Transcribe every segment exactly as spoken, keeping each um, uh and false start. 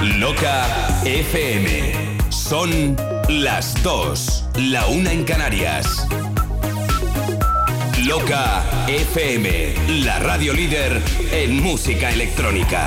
Loca F M. Son las dos, la una en Canarias. Loca F M, la radio líder en música electrónica.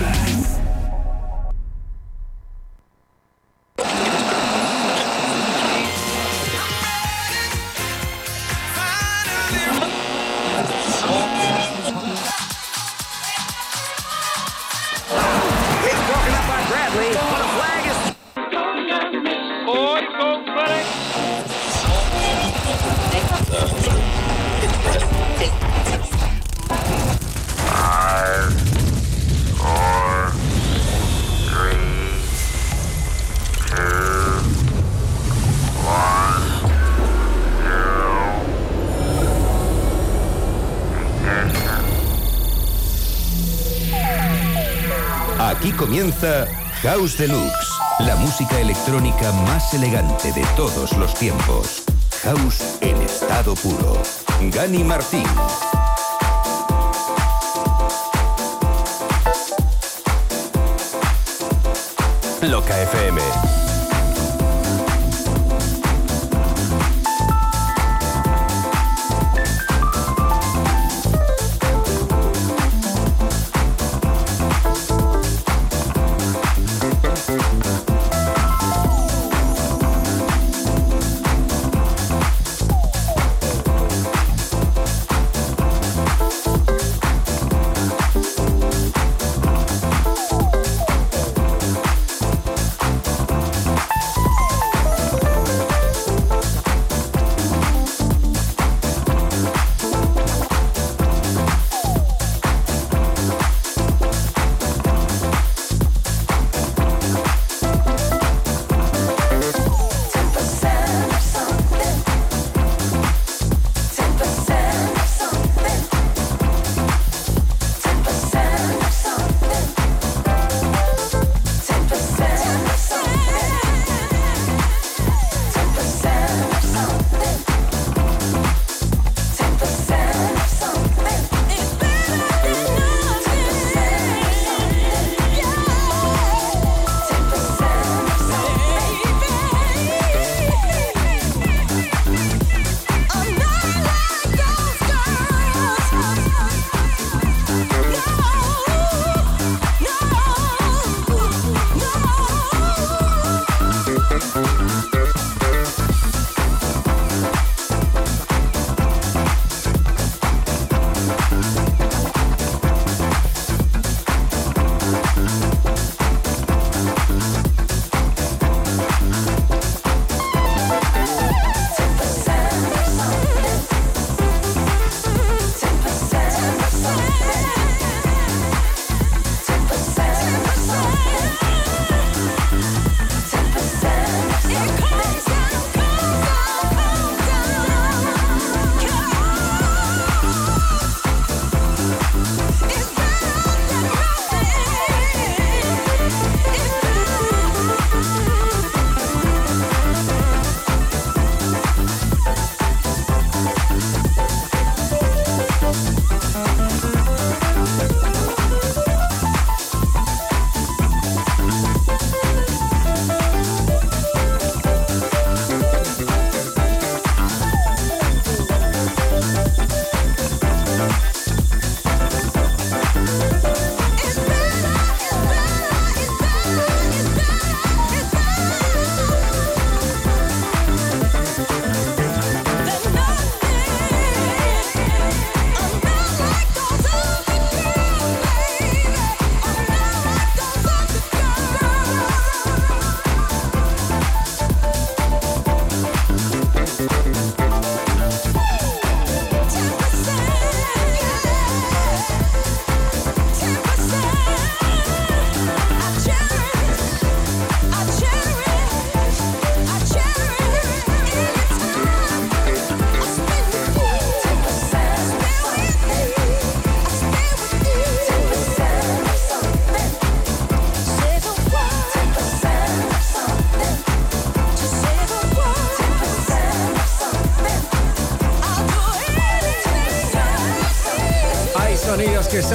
Aquí comienza House Deluxe, la música electrónica más elegante de todos los tiempos. House en estado puro. Gani Martín. Loca F M.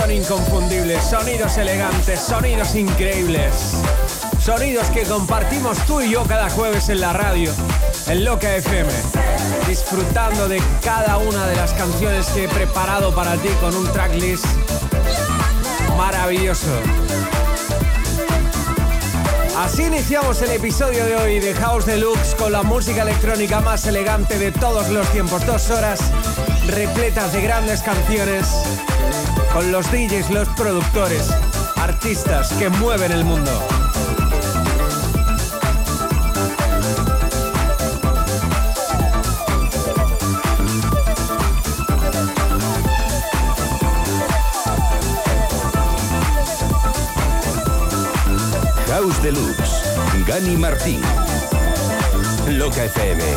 son inconfundibles, sonidos elegantes, sonidos increíbles. Sonidos que compartimos tú y yo cada jueves en la radio, en Loca F M. Disfrutando de cada una de las canciones que he preparado para ti con un tracklist maravilloso. Así iniciamos el episodio de hoy de House Deluxe con la música electrónica más elegante de todos los tiempos. Dos horas repletas de grandes canciones con los D Js, los productores, artistas que mueven el mundo. House Deluxe, Gani Martín, Loca F M.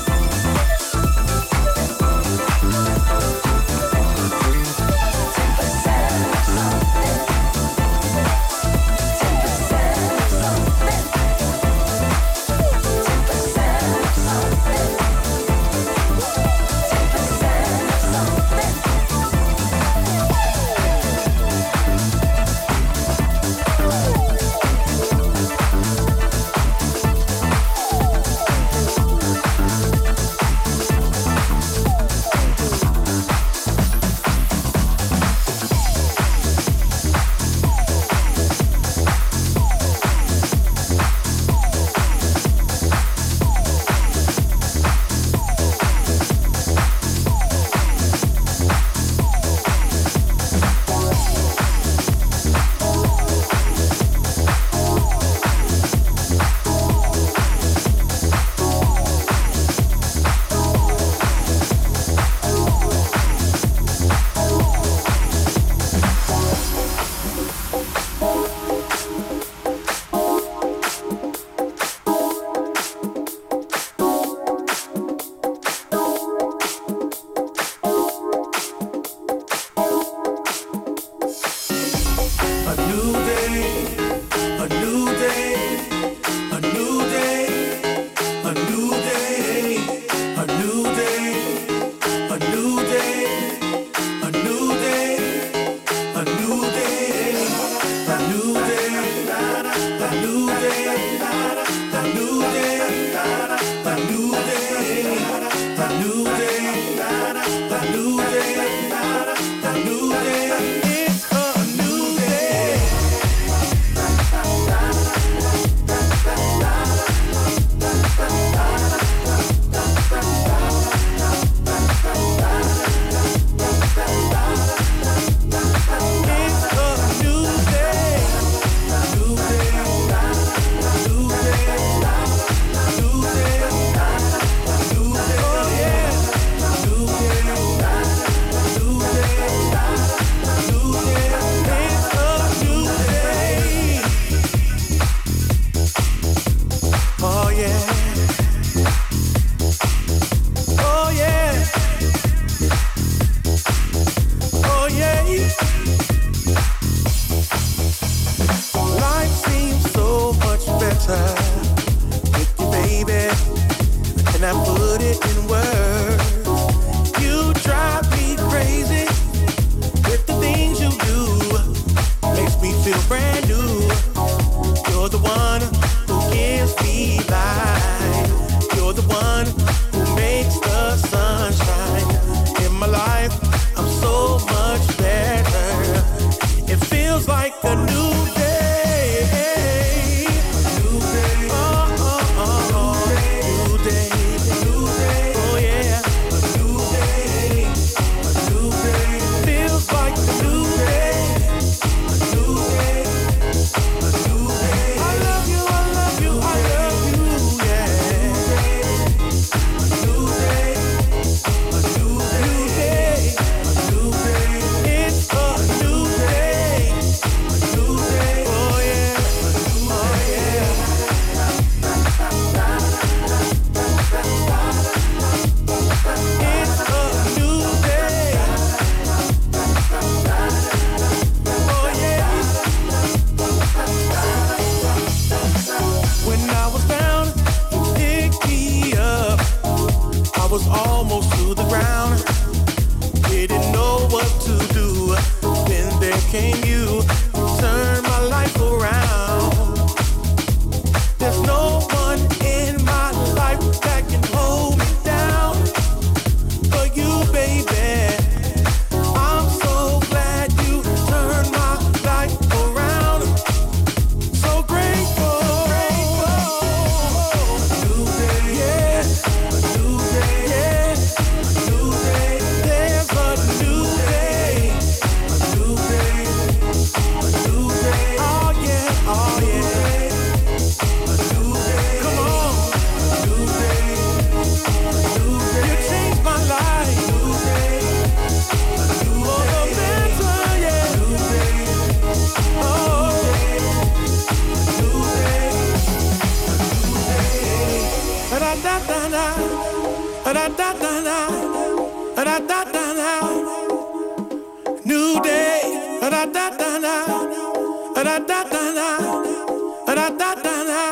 New day, da da da da, da da da da, da da da da.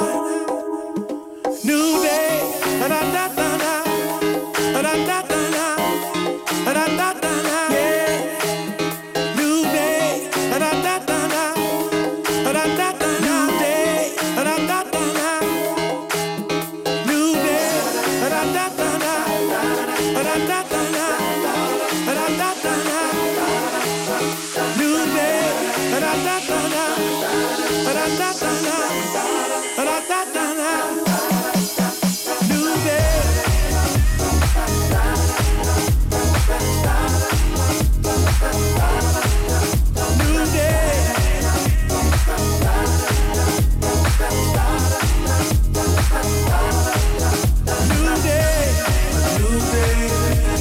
New day, da da da da, da da da da, da da da da. Yeah. New day, da da da da, da da da. New day, da da da da. New day, da da da da, da da da da, da da da da. New day, da da da da, da da da da, da da da da. New day. New day. New day. New day.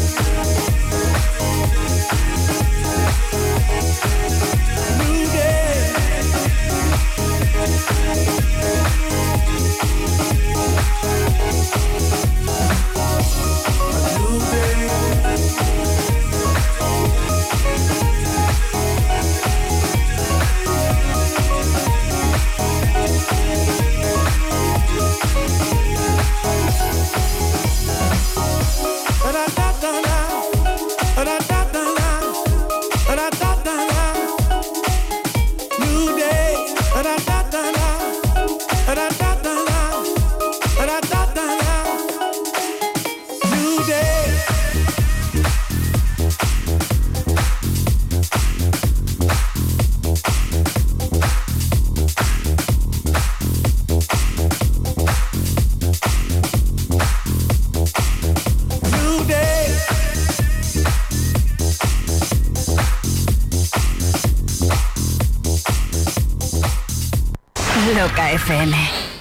Loca F M.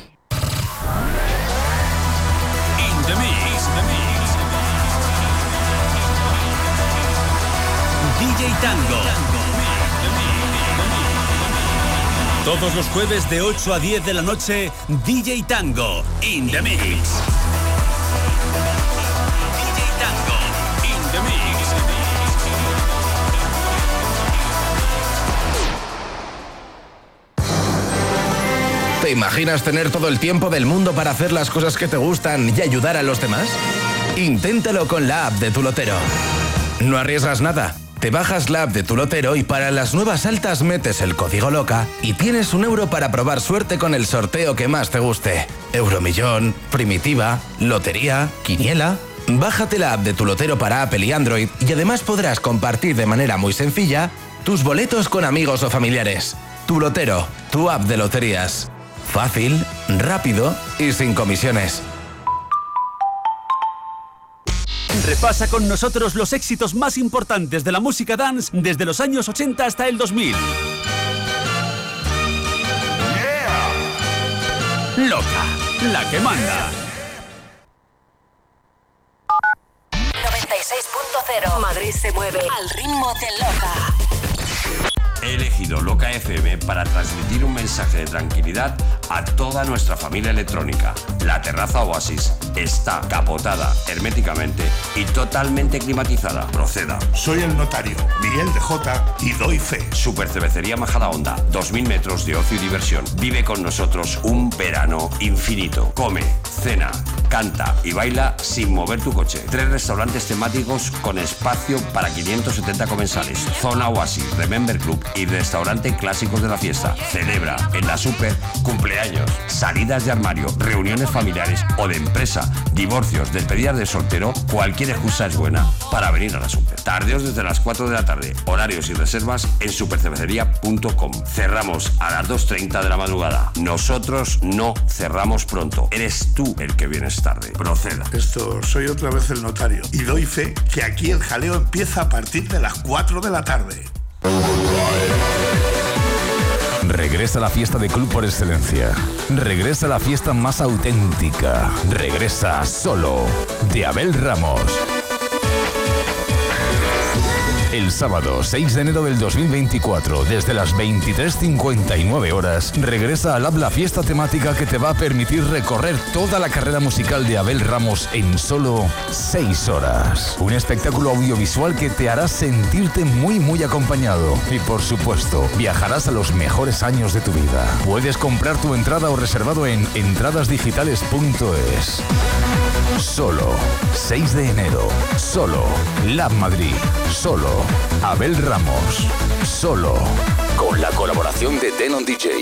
In the mix, the mix. D J Tango. Todos los jueves de ocho a diez de la noche, D J Tango in the mix. D J Tango in the mix. ¿Te imaginas tener todo el tiempo del mundo para hacer las cosas que te gustan y ayudar a los demás? Inténtalo con la app de Tu Lotero. No arriesgas nada. Te bajas la app de Tu Lotero y para las nuevas altas metes el código LOCA y tienes un euro para probar suerte con el sorteo que más te guste. Euromillón, Primitiva, Lotería, Quiniela. Bájate la app de Tu Lotero para Apple y Android y además podrás compartir de manera muy sencilla tus boletos con amigos o familiares. Tu Lotero, tu app de loterías. Fácil, rápido y sin comisiones. Repasa con nosotros los éxitos más importantes de la música dance desde los años ochenta hasta el dos mil. Yeah. Loca, la que manda. noventa y seis punto cero. Madrid se mueve al ritmo de Loca. He elegido Loca F M para transmitir un mensaje de tranquilidad a toda nuestra familia electrónica. La terraza Oasis está capotada herméticamente y totalmente climatizada. Proceda. Soy el notario Miguel de Jota y doy fe. Super Cervecería Majadahonda, dos mil metros de ocio y diversión. Vive con nosotros un verano infinito. Come, cena, canta y baila sin mover tu coche. Tres restaurantes temáticos con espacio para quinientos setenta comensales. Zona Oasis, Remember Club y restaurante Clásicos de la Fiesta. Celebra en la Super cumpleaños, salidas de armario, reuniones familiares o de empresa, divorcios, despedidas de soltero. Cualquier excusa es buena para venir a la Super. Tardeos desde las cuatro de la tarde. Horarios y reservas en supercervecería punto com. Cerramos a las dos treinta de la madrugada. Nosotros no cerramos pronto. Eres tú el que vienes tarde. Proceda. Esto, soy otra vez el notario y doy fe que aquí el jaleo empieza a partir de las cuatro de la tarde. Regresa la fiesta de club por excelencia. Regresa la fiesta más auténtica. Regresa Solo, de Abel Ramos. El sábado seis de enero del dos mil veinticuatro, desde las veintitrés cincuenta y nueve horas, regresa al Lab la fiesta temática que te va a permitir recorrer toda la carrera musical de Abel Ramos en solo seis horas. Un espectáculo audiovisual que te hará sentirte muy muy acompañado y por supuesto viajarás a los mejores años de tu vida. Puedes comprar tu entrada o reservado en entradas digitales punto es. Solo seis de enero, solo Lab Madrid, solo Abel Ramos, solo con la colaboración de Denon D J.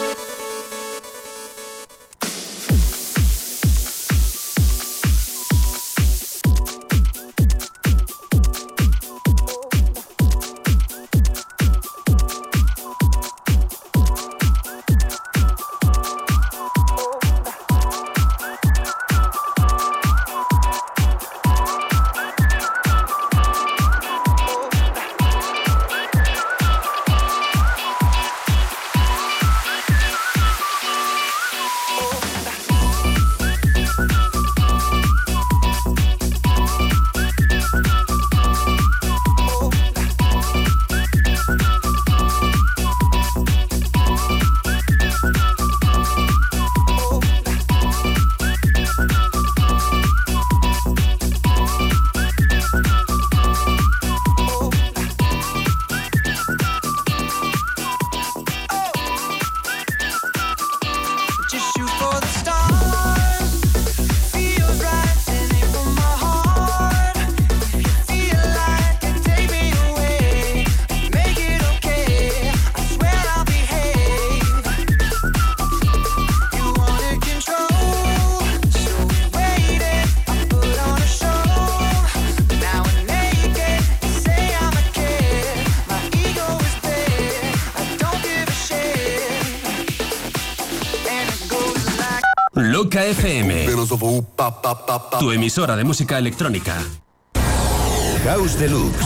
Loca F M, tu emisora de música electrónica. House Deluxe.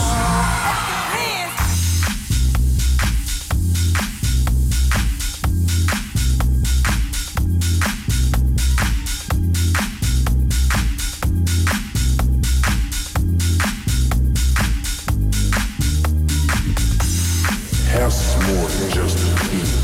House is more than just a beat.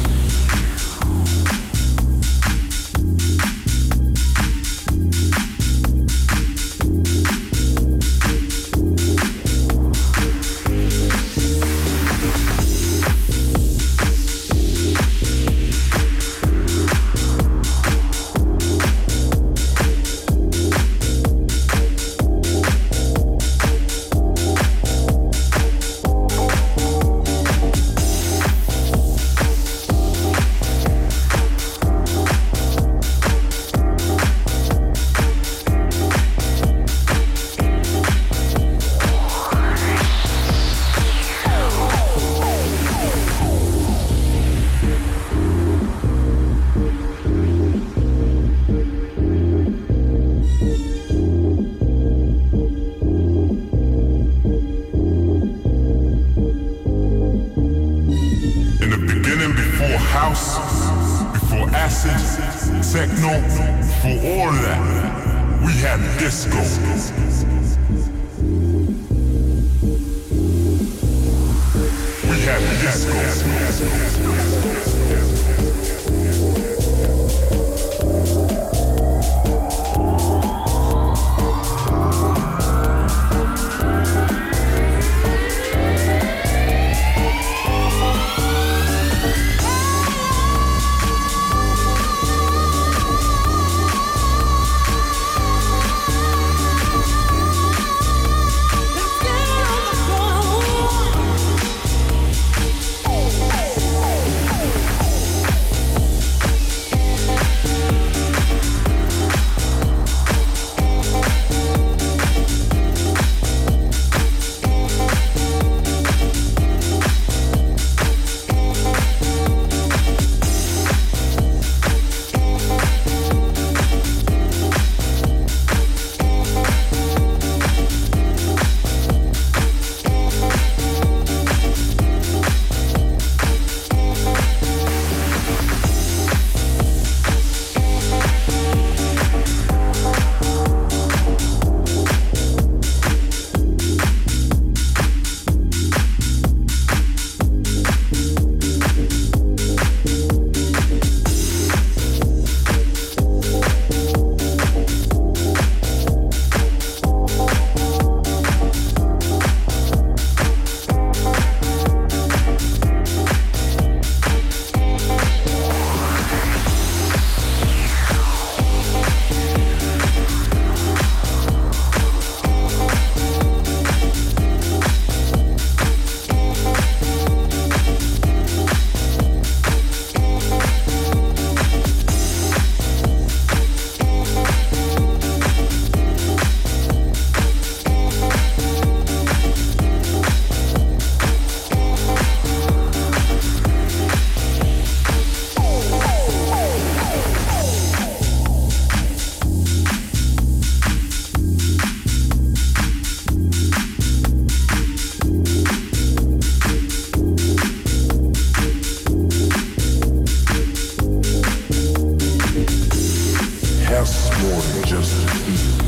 more than just a feeling.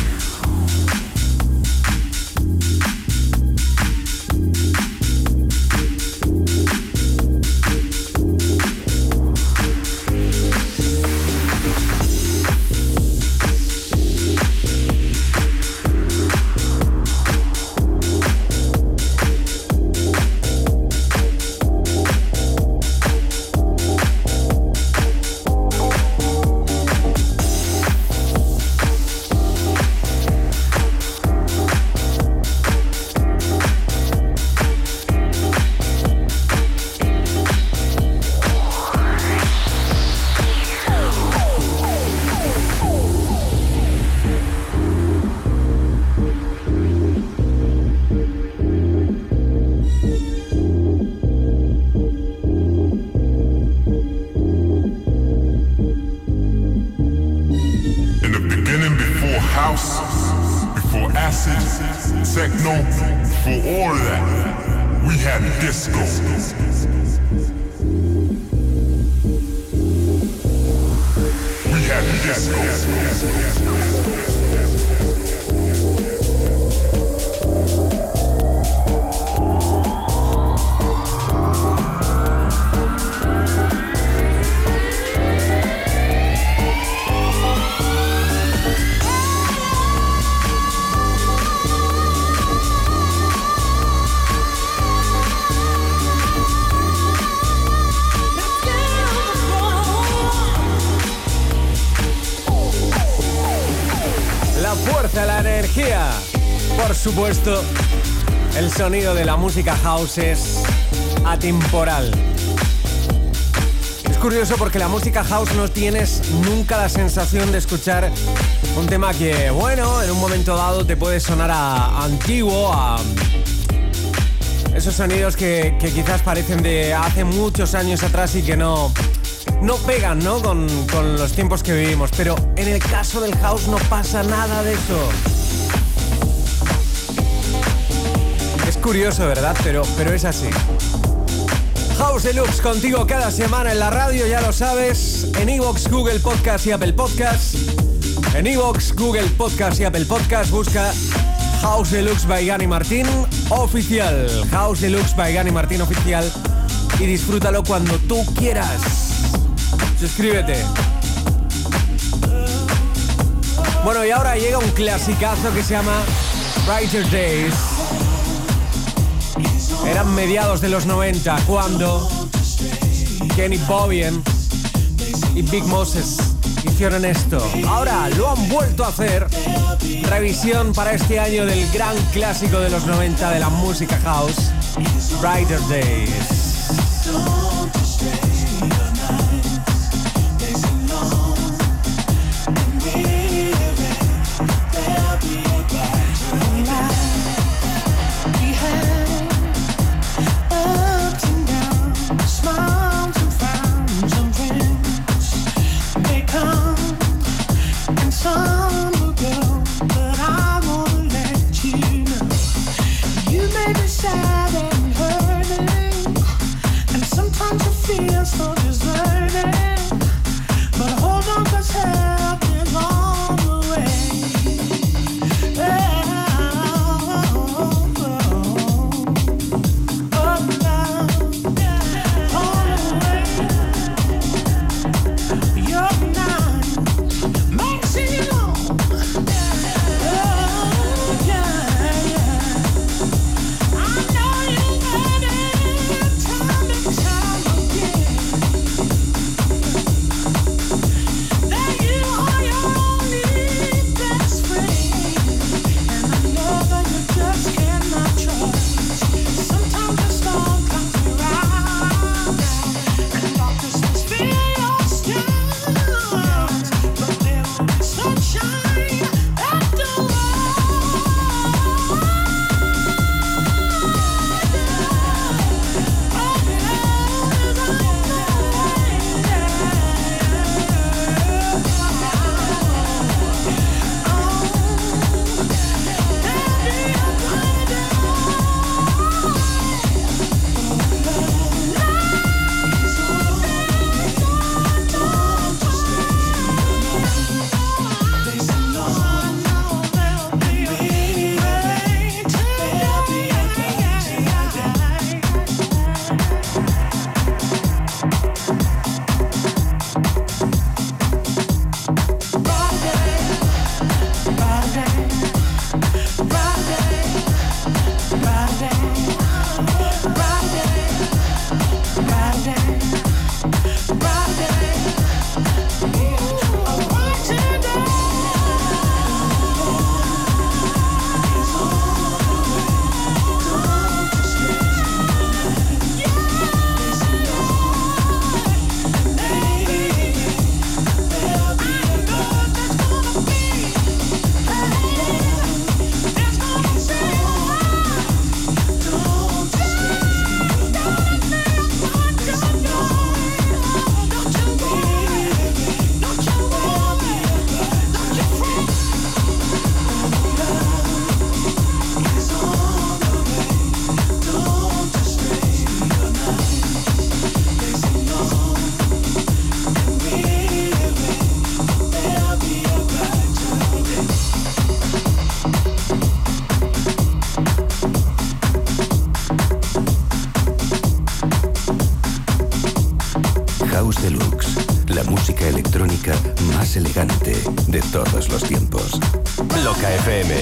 Supuesto, el sonido de la música house es atemporal. Es curioso porque la música house no tienes nunca la sensación de escuchar un tema que, bueno, en un momento dado te puede sonar a, a antiguo, a esos sonidos que, que quizás parecen de hace muchos años atrás y que no, no pegan, ¿no? Con, con los tiempos que vivimos. Pero en el caso del house no pasa nada de eso. Curioso, ¿verdad? Pero, pero es así. House Deluxe contigo cada semana en la radio, ya lo sabes. En iVoox, Google Podcast y Apple Podcast. En iVoox, Google Podcast y Apple Podcast busca House Deluxe by Gani Martín Oficial. House Deluxe by Gani Martín Oficial. Y disfrútalo cuando tú quieras. Suscríbete. Bueno, y ahora llega un clasicazo que se llama Brighter Days. Eran mediados de los noventa cuando Kenny Bobien y Big Moses hicieron esto. Ahora lo han vuelto a hacer. Revisión para este año del gran clásico de los noventa de la música house, Brighter Days. Sad and hurting. House Deluxe, la música electrónica más elegante de todos los tiempos. Loca F M.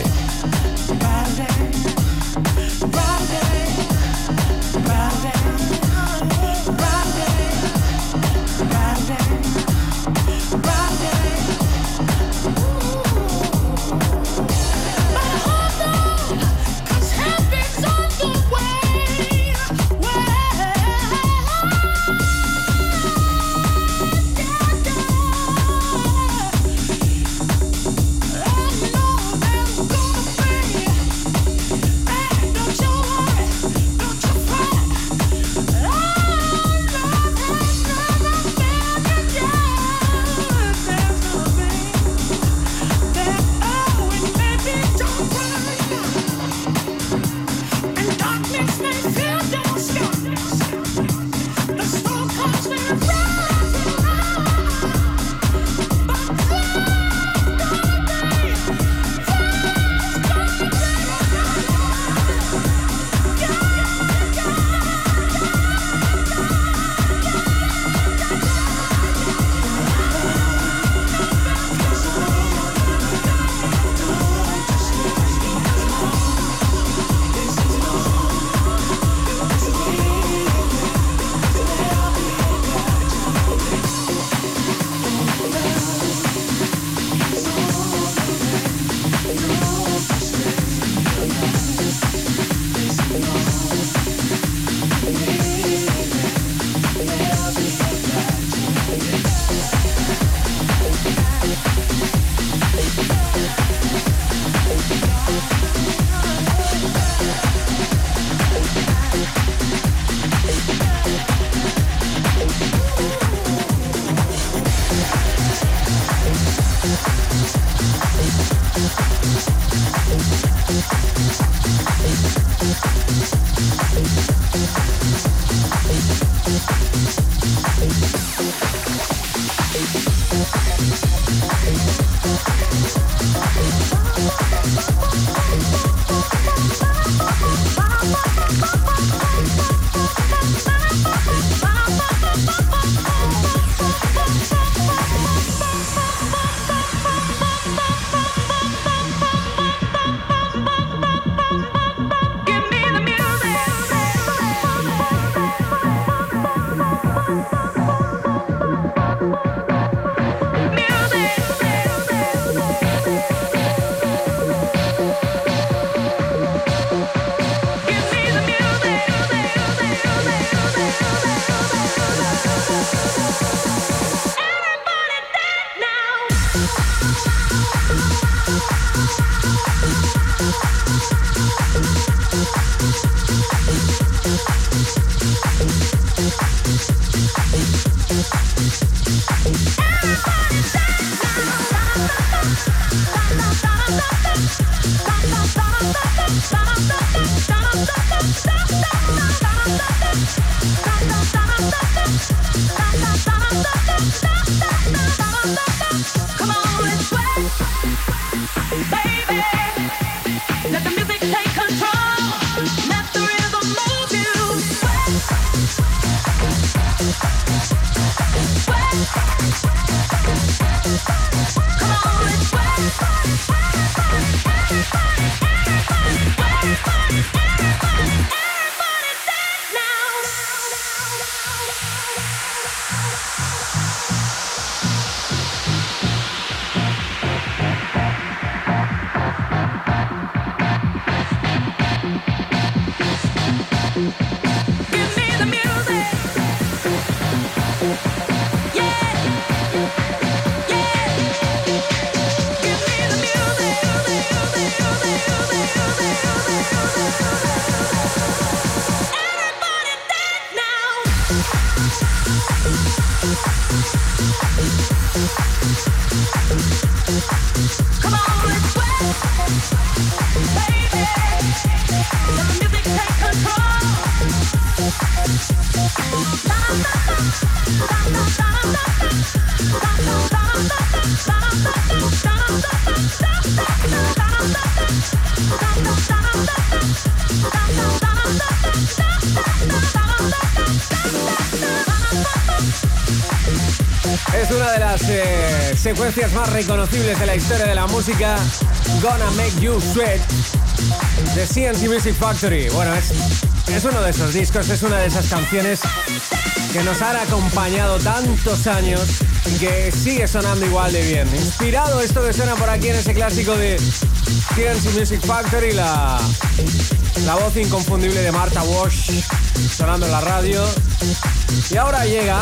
We'll be right back. Es una de las eh, secuencias más reconocibles de la historia de la música. Gonna Make You Sweat, de C N C Music Factory. Bueno, es, es uno de esos discos, es una de esas canciones que nos han acompañado tantos años y que sigue sonando igual de bien. Inspirado esto que suena por aquí en ese clásico de C N C Music Factory, la, la voz inconfundible de Martha Wash sonando en la radio. Y ahora llega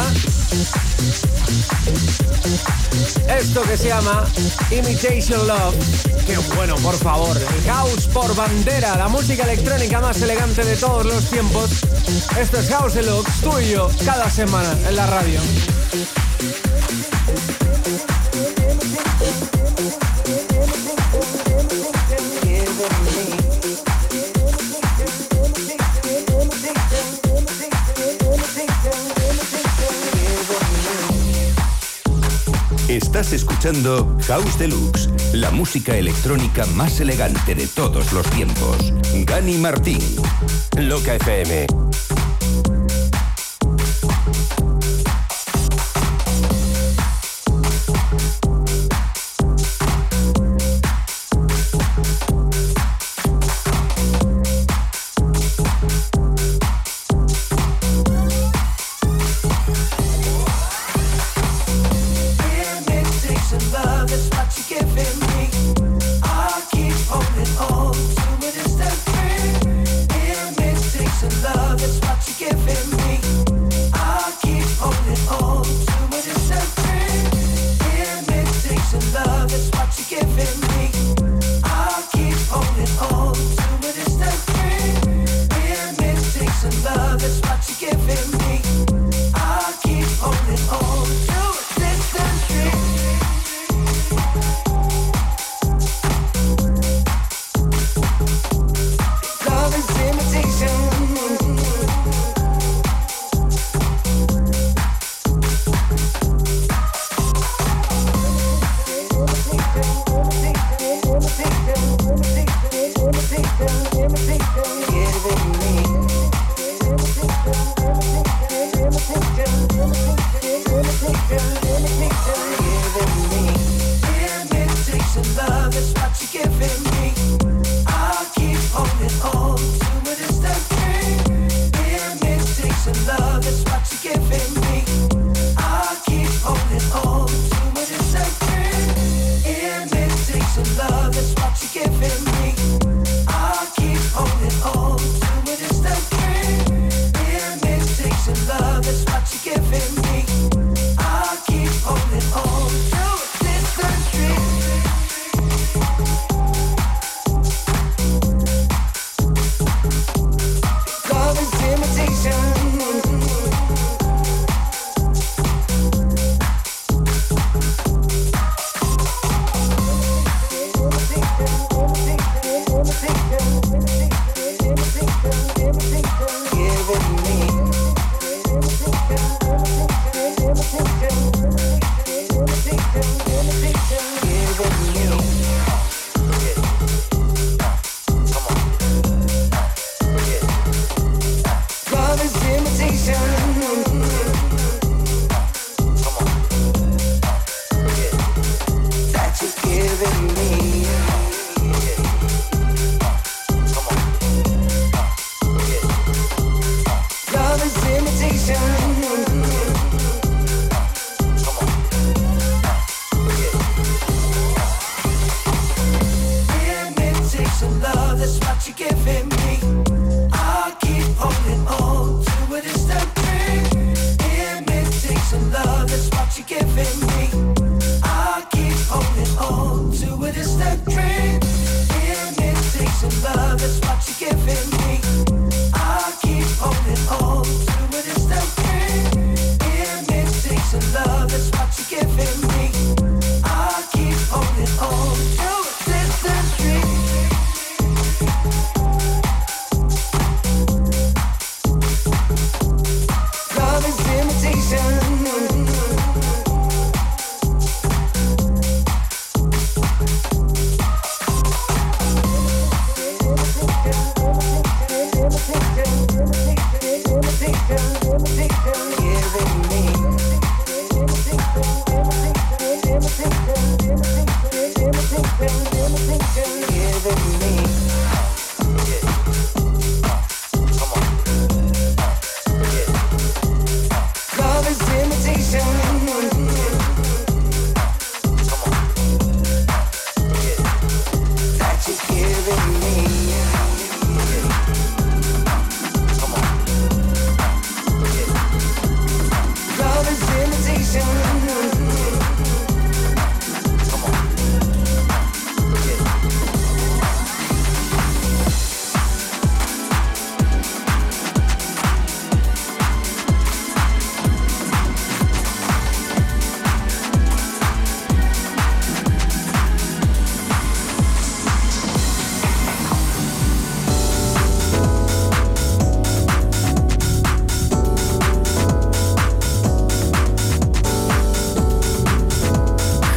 esto que se llama Imitation Love. Qué bueno, por favor. El house por bandera, la música electrónica más elegante de todos los tiempos. Esto es House Deluxe, tú y yo, cada semana en la radio. Estás escuchando House Deluxe, la música electrónica más elegante de todos los tiempos. Gani Martín, Loca F M.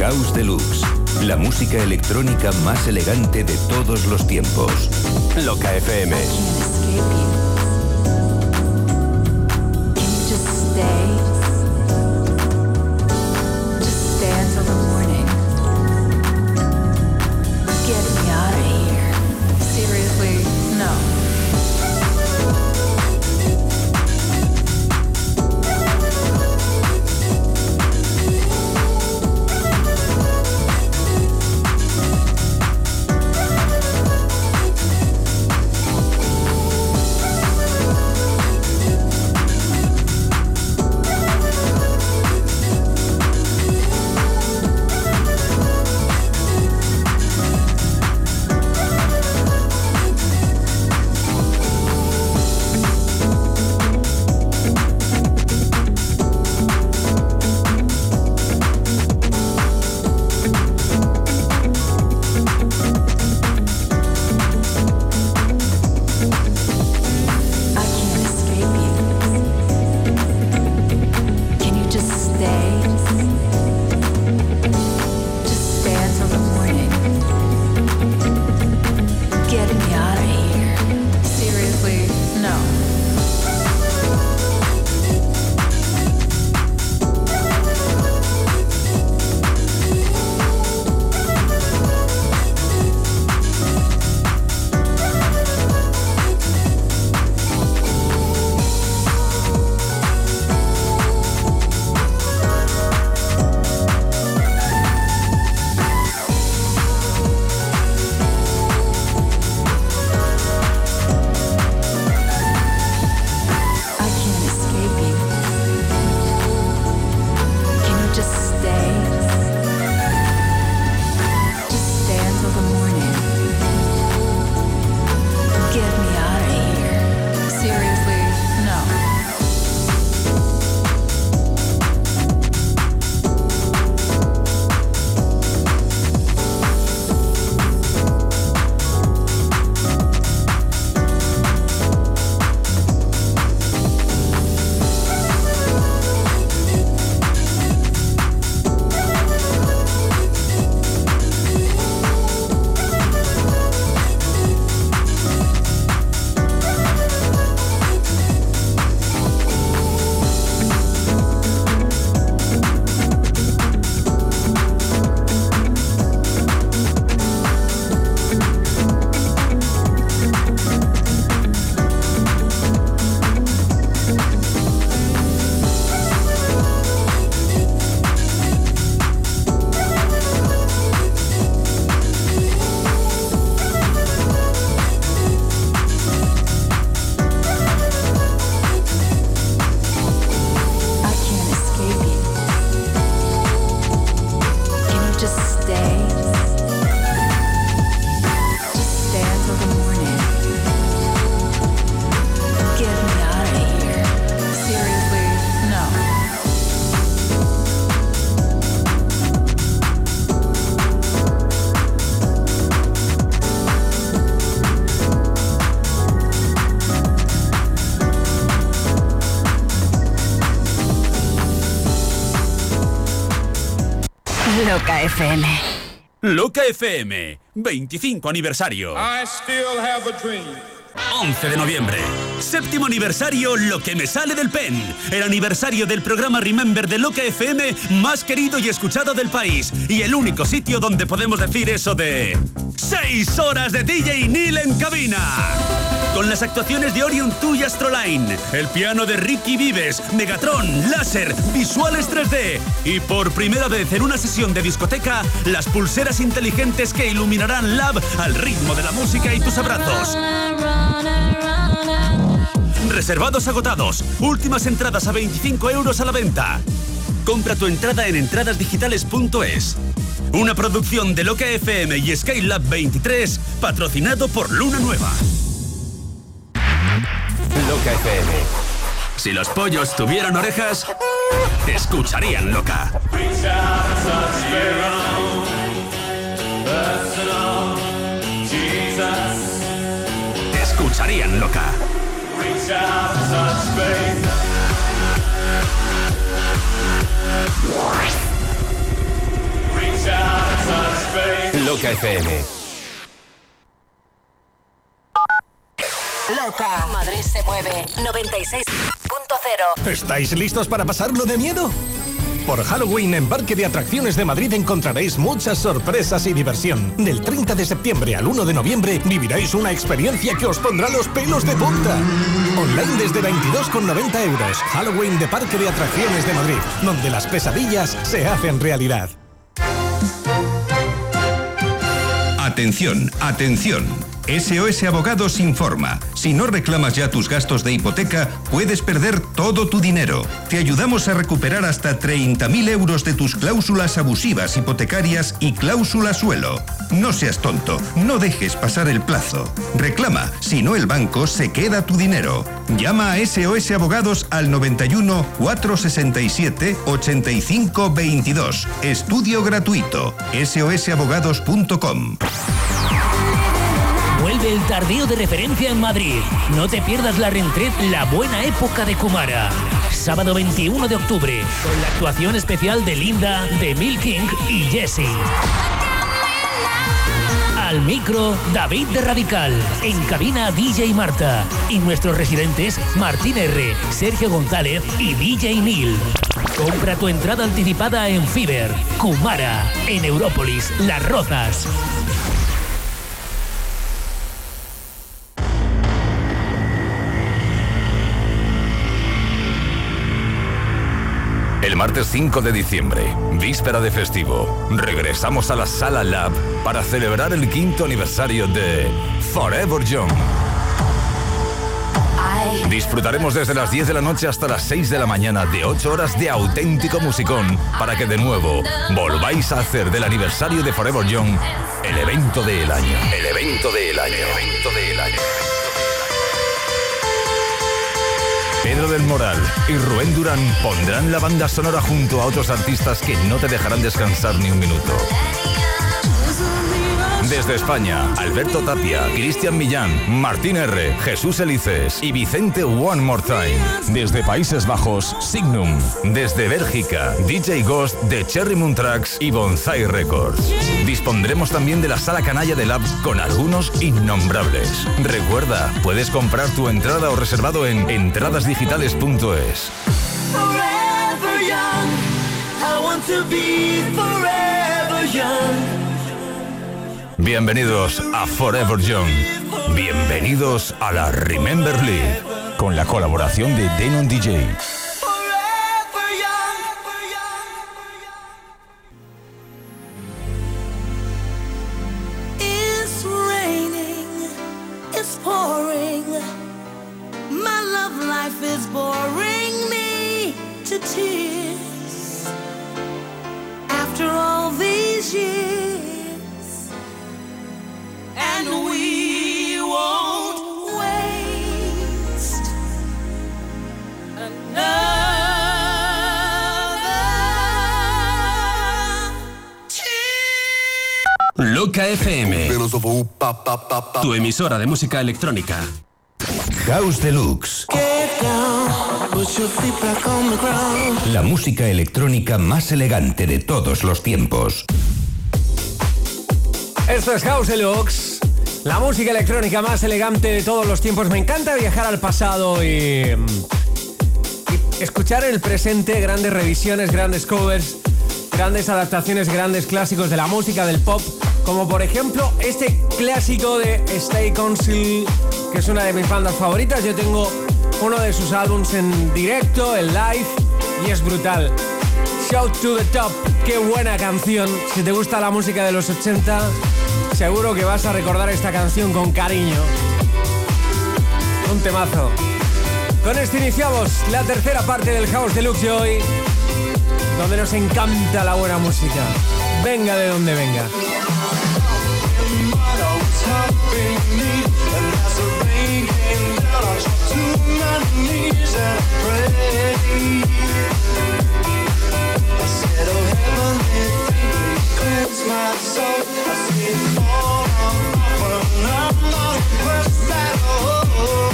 House Deluxe, la música electrónica más elegante de todos los tiempos. Loca F M. Loca F M. Loca F M, veinticinco aniversario. I still have a dream. once de noviembre, séptimo aniversario Lo que me sale del pen. El aniversario del programa Remember de Loca F M más querido y escuchado del país. Y el único sitio donde podemos decir eso de... ¡seis horas de D J Neil en cabina! Con las actuaciones de Orion two y Astroline, el piano de Ricky Vives, Megatron, láser, visuales tres D y por primera vez en una sesión de discoteca, las pulseras inteligentes que iluminarán Lab al ritmo de la música y tus abrazos. Reservados agotados, últimas entradas a veinticinco euros a la venta. Compra tu entrada en entradas digitales punto es. Una producción de Loca F M y Skylab veintitrés, patrocinado por Luna Nueva. Loca F M. Si los pollos tuvieran orejas, te escucharían Loca. Te escucharían Loca. Loca F M. Loca. Madrid se mueve. noventa y seis punto cero. ¿Estáis listos para pasarlo de miedo? Por Halloween en Parque de Atracciones de Madrid encontraréis muchas sorpresas y diversión. Del treinta de septiembre al uno de noviembre viviréis una experiencia que os pondrá los pelos de punta. Online desde veintidós con noventa euros. Halloween de Parque de Atracciones de Madrid, donde las pesadillas se hacen realidad. Atención, atención. S O S Abogados informa. Si no reclamas ya tus gastos de hipoteca, puedes perder todo tu dinero. Te ayudamos a recuperar hasta treinta mil euros de tus cláusulas abusivas hipotecarias y cláusula suelo. No seas tonto, no dejes pasar el plazo. Reclama, si no el banco se queda tu dinero. Llama a S O S Abogados al noventa y uno, cuatrocientos sesenta y siete, ochenta y cinco veintidós. Estudio gratuito. S O S abogados punto com. Vuelve el tardeo de referencia en Madrid. No te pierdas la Rentret La Buena Época de Kumara. Sábado veintiuno de octubre, con la actuación especial de Linda, de Mil King y Jessie. Al micro, David de Radical. En cabina, D J Marta. Y nuestros residentes, Martín R., Sergio González y D J Neil. Compra tu entrada anticipada en Fiverr, Kumara, en Európolis, Las Rozas. El martes cinco de diciembre, víspera de festivo, regresamos a la Sala Lab para celebrar el quinto aniversario de Forever Young. Disfrutaremos desde las diez de la noche hasta las seis de la mañana de ocho horas de auténtico musicón para que de nuevo volváis a hacer del aniversario de Forever Young el evento del año. El evento del año. El evento del año. Pedro del Moral y Rubén Durán pondrán la banda sonora junto a otros artistas que no te dejarán descansar ni un minuto. Desde España, Alberto Tapia, Cristian Millán, Martín R., Jesús Elices y Vicente One More Time. Desde Países Bajos, Signum. Desde Bélgica, D J Ghost de Cherry Moon Tracks y Bonsai Records. Dispondremos también de la Sala Canalla de Labs con algunos innombrables. Recuerda, puedes comprar tu entrada o reservado en entradas digitales punto es. Forever young, I want to be forever young. Bienvenidos a Forever Young. Bienvenidos a la Remember League. Con la colaboración de Denon D J. It's raining, it's pouring. My love life is boring me to tears. After all these years. And we won't waste another tear. Loca F M, tu emisora de música electrónica. House Deluxe. La música electrónica más elegante de todos los tiempos. Esto es House Deluxe, la música electrónica más elegante de todos los tiempos. Me encanta viajar al pasado y, y escuchar en el presente grandes revisiones, grandes covers, grandes adaptaciones, grandes clásicos de la música del pop, como por ejemplo este clásico de Stay Council, que es una de mis bandas favoritas. Yo tengo uno de sus álbumes en directo, en live, y es brutal. Shout to the Top, qué buena canción. Si te gusta la música de los ochenta, seguro que vas a recordar esta canción con cariño. Un temazo. Con esto iniciamos la tercera parte del House Deluxe de hoy, donde nos encanta la buena música. Venga de donde venga. Said, oh heaven, if cleanse my soul, I see it all on offer, and I'm not impressed at all.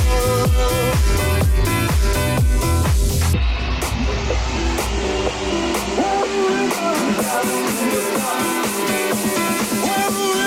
We're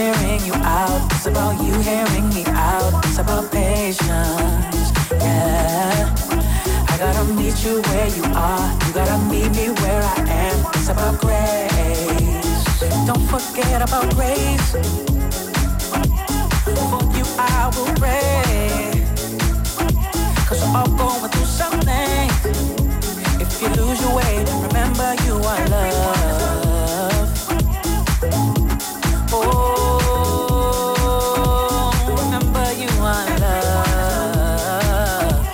hearing you out. It's about you hearing me out. It's about patience, yeah. I gotta meet you where you are. You gotta meet me where I am. It's about grace. Don't forget about grace. For you I will pray. Cause we're all going through something. If you lose your way, remember you are loved. Oh, remember you are loved.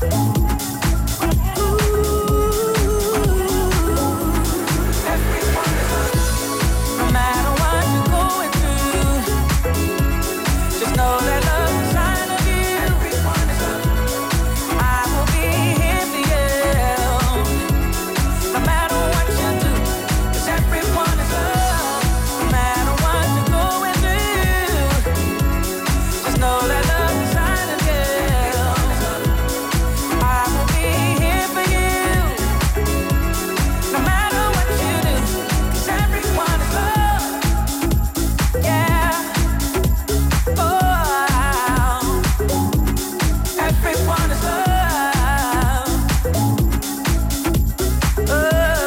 No matter what you're going through, just know that love is inside of you. I will be here for you. No matter what you do, 'cause everyone is love. No matter what you're going through, just know that love is inside of you. I will be here for you. No matter what you do, 'cause everyone is love. Yeah. Oh, everyone is love. Oh,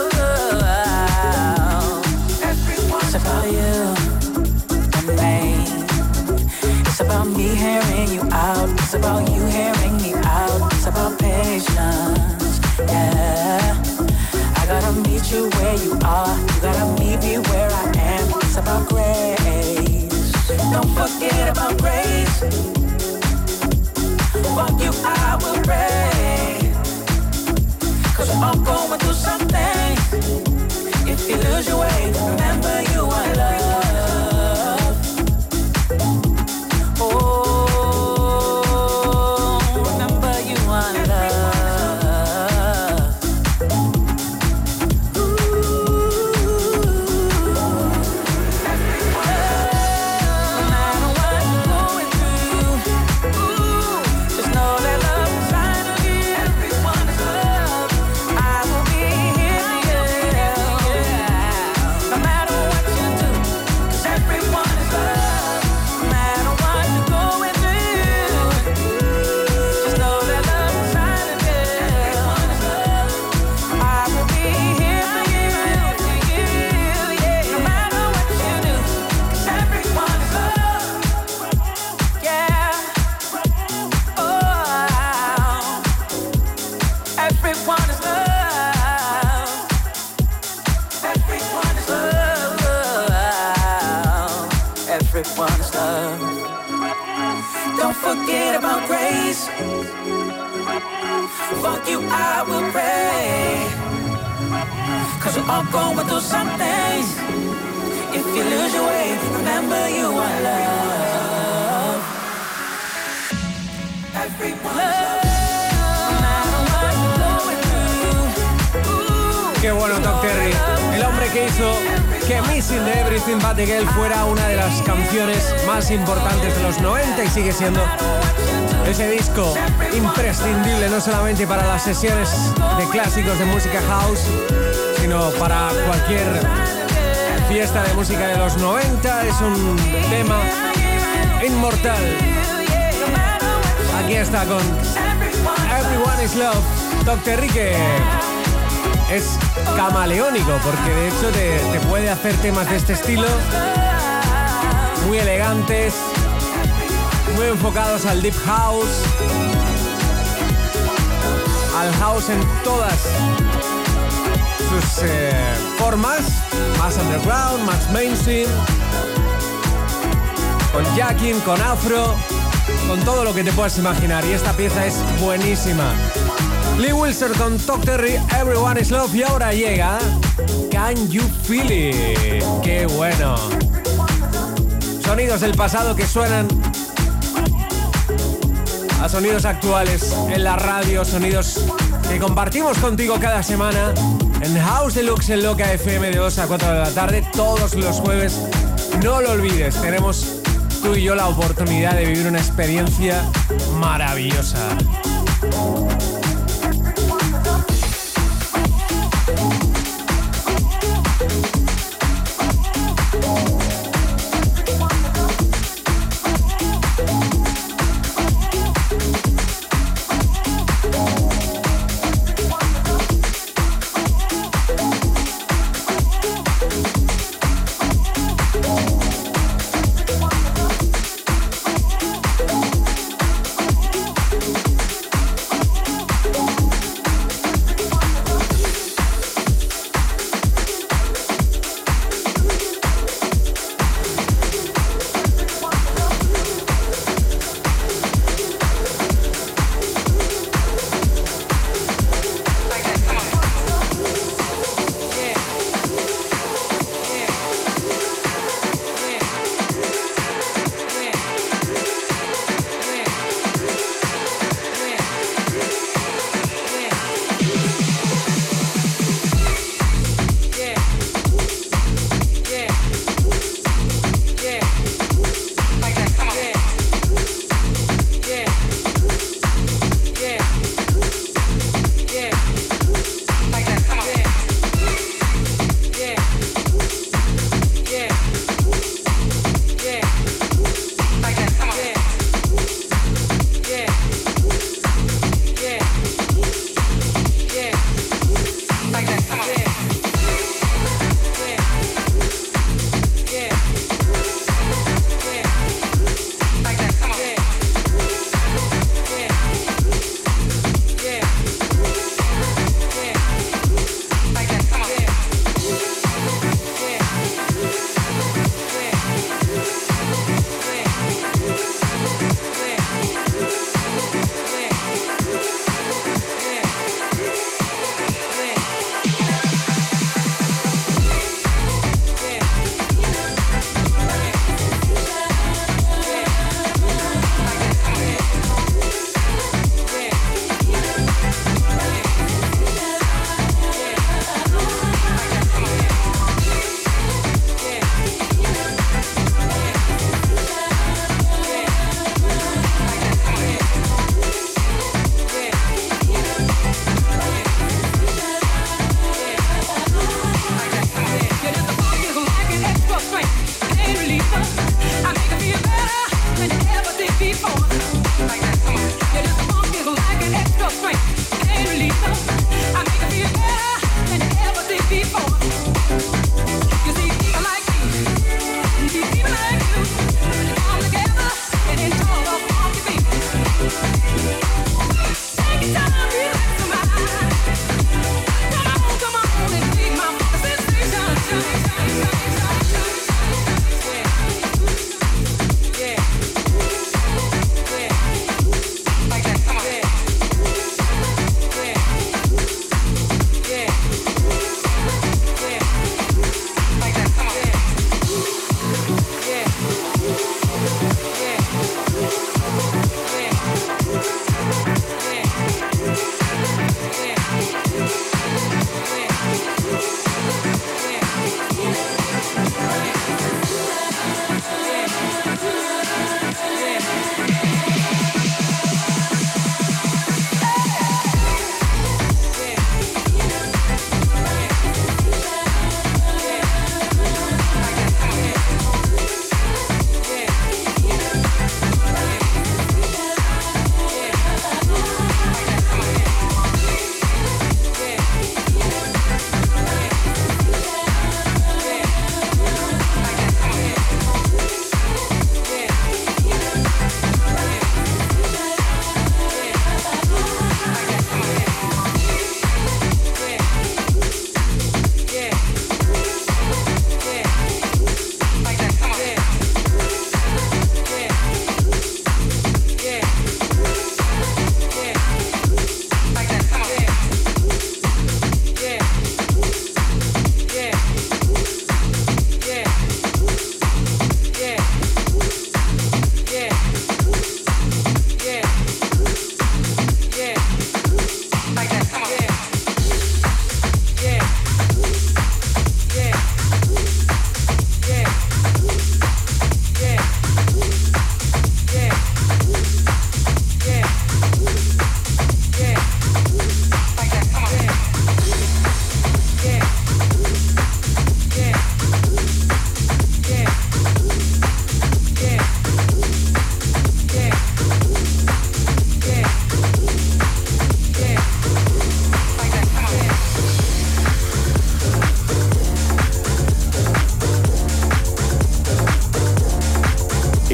it's about you and me. It's about me hearing you out. It's about you hearing me out. It's about patience, yeah. I gotta meet you where you are. You gotta meet me where I am. It's about grace. Don't forget about grace. For you I will pray. Cause we're all going through something. If you lose your way, remember you are loved. Oh, remember you are loved. No matter what you're going through, just know that love is inside of you. Everyone is love. I will be here for you. No matter what you do, 'cause everyone is love. No matter what you're going through, just know that love is inside of you. Everyone is love. I will be here for you. No matter what you do, 'cause everyone is love. Yeah. Oh, everyone is love. Everyone is love. Everyone is love. Don't forget about grace. For you I will pray. Cause we're all going through something. If you lose your way, remember you are loved. Everyone is loved. No matter what you're going through. Qué bueno, Doc Terry. El hombre que hizo que Missing the Everything But the Girl fuera una de las canciones más importantes de los noventa y sigue siendo ese disco imprescindible no solamente para las sesiones de clásicos de música house, sino para cualquier fiesta de música de los noventa. Es un tema inmortal. Aquí está con Everyone is Love. Doc Terry, que es camaleónico, porque de hecho te, te puede hacer temas de este estilo, muy elegantes, muy enfocados al deep house, al house en todas sus eh, formas, más underground, más mainstream, con jacking, con afro, con todo lo que te puedas imaginar, y esta pieza es buenísima. Lee Wilson con Doc Terry, Everyone is Love, y ahora llega Can You Feel It. ¡Qué bueno! Sonidos del pasado que suenan a sonidos actuales en la radio, sonidos que compartimos contigo cada semana en House Deluxe en Loca F M de dos a cuatro de la tarde, todos los jueves. No lo olvides, tenemos tú y yo la oportunidad de vivir una experiencia maravillosa.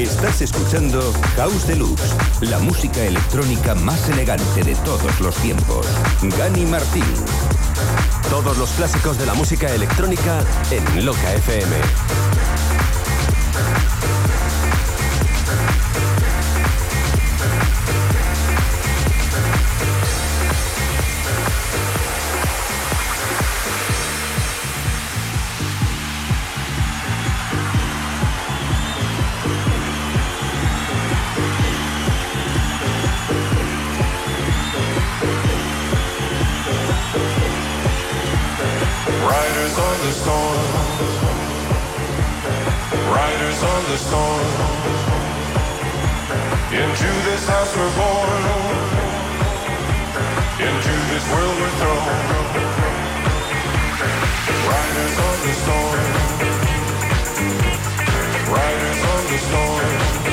Estás escuchando House Deluxe, la música electrónica más elegante de todos los tiempos. Gani Martín. Todos los clásicos de la música electrónica en Loca F M. Riders on the storm. Riders on the storm. Into this house we're born. Into this world we're thrown. Riders on the storm. Riders on the storm.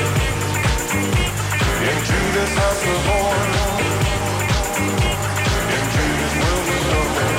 Into this house we're born. Into this world we're thrown.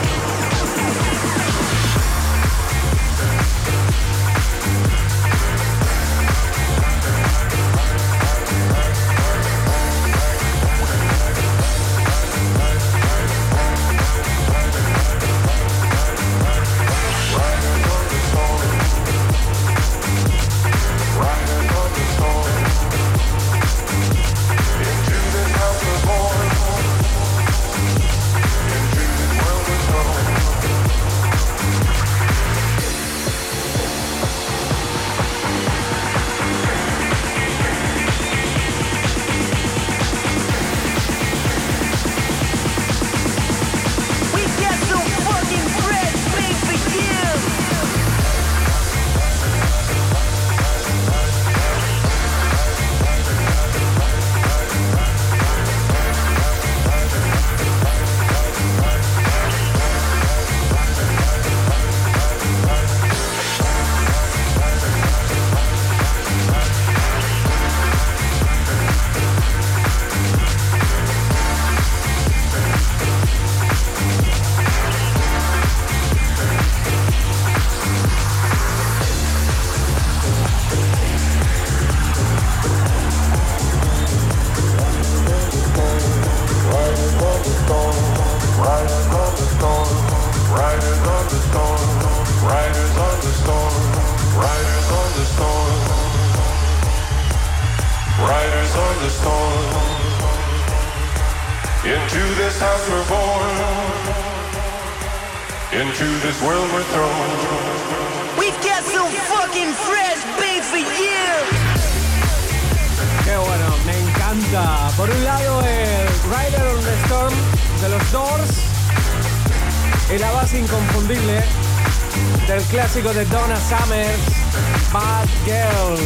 De Donna Summers, Bad Girls.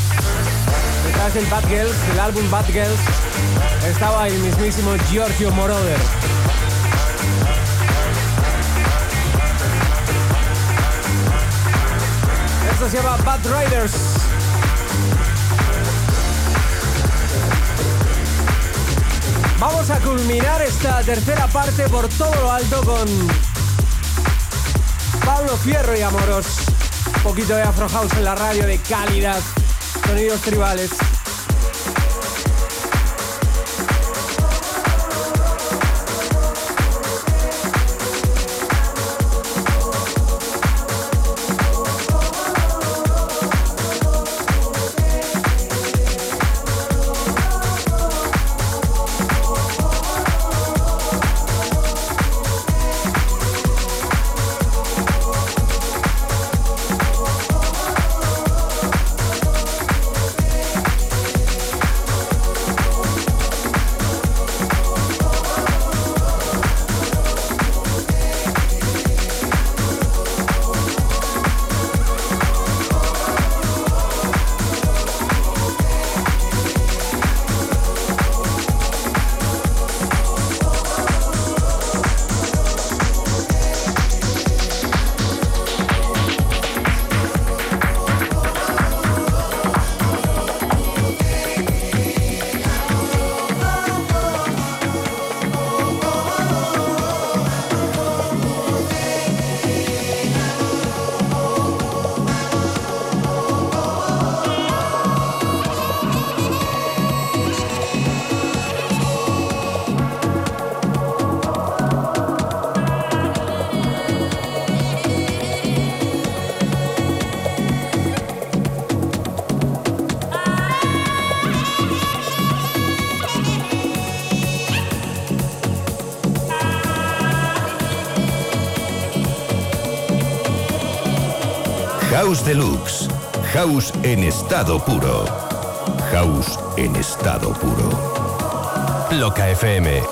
Detrás del Bad Girls, del álbum Bad Girls, estaba el mismísimo Giorgio Moroder. Esto se llama Bad Riders. Vamos a culminar esta tercera parte por todo lo alto con Pablo Fierro y Amoros. Un poquito de Afro House en la radio, de calidad, sonidos tribales. House Deluxe. House en estado puro. House en estado puro. Loca F M.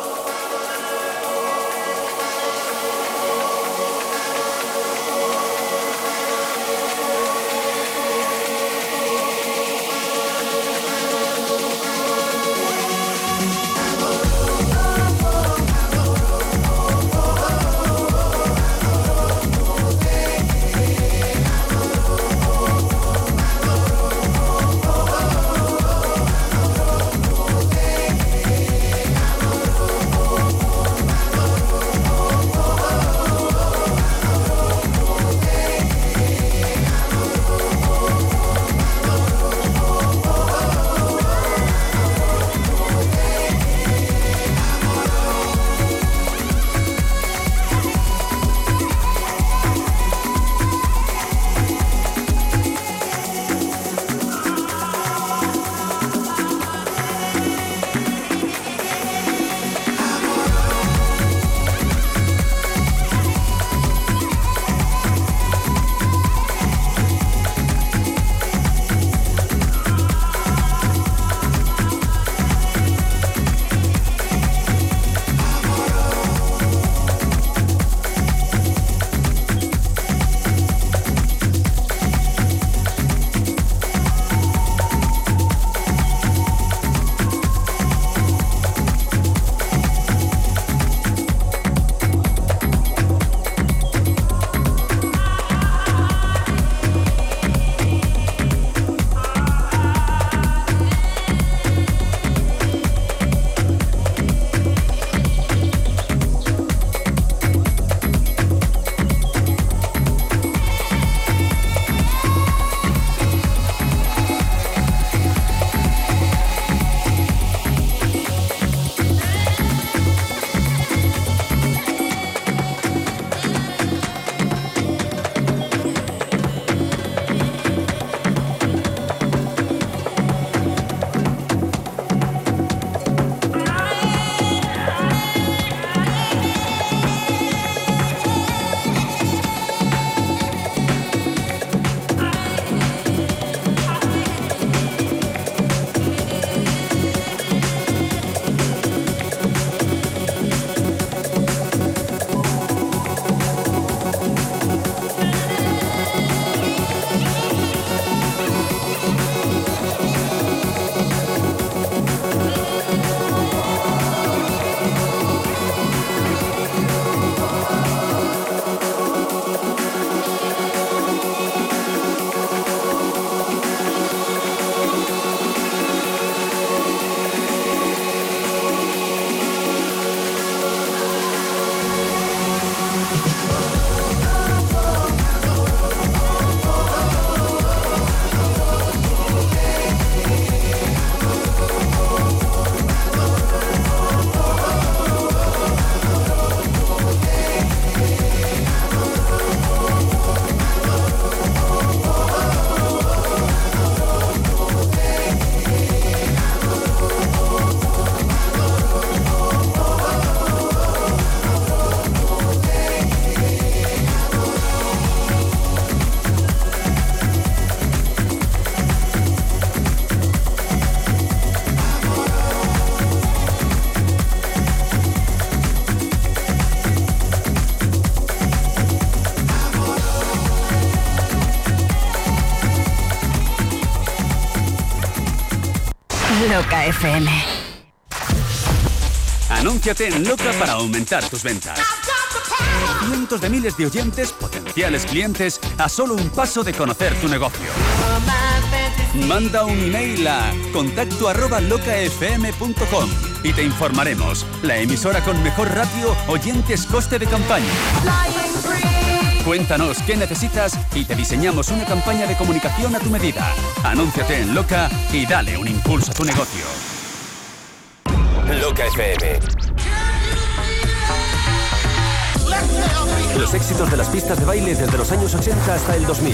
Loca F M. Anúnciate en Loca para aumentar tus ventas. Cientos de miles de oyentes, potenciales clientes, a solo un paso de conocer tu negocio. Manda un email a contacto arroba locafm punto com y te informaremos. La emisora con mejor ratio, oyentes, coste de campaña. Cuéntanos qué necesitas y te diseñamos una campaña de comunicación a tu medida. Anúnciate en Loca y dale un impulso a tu negocio. Loca F M. Los éxitos de las pistas de baile desde los años ochenta hasta el dos mil.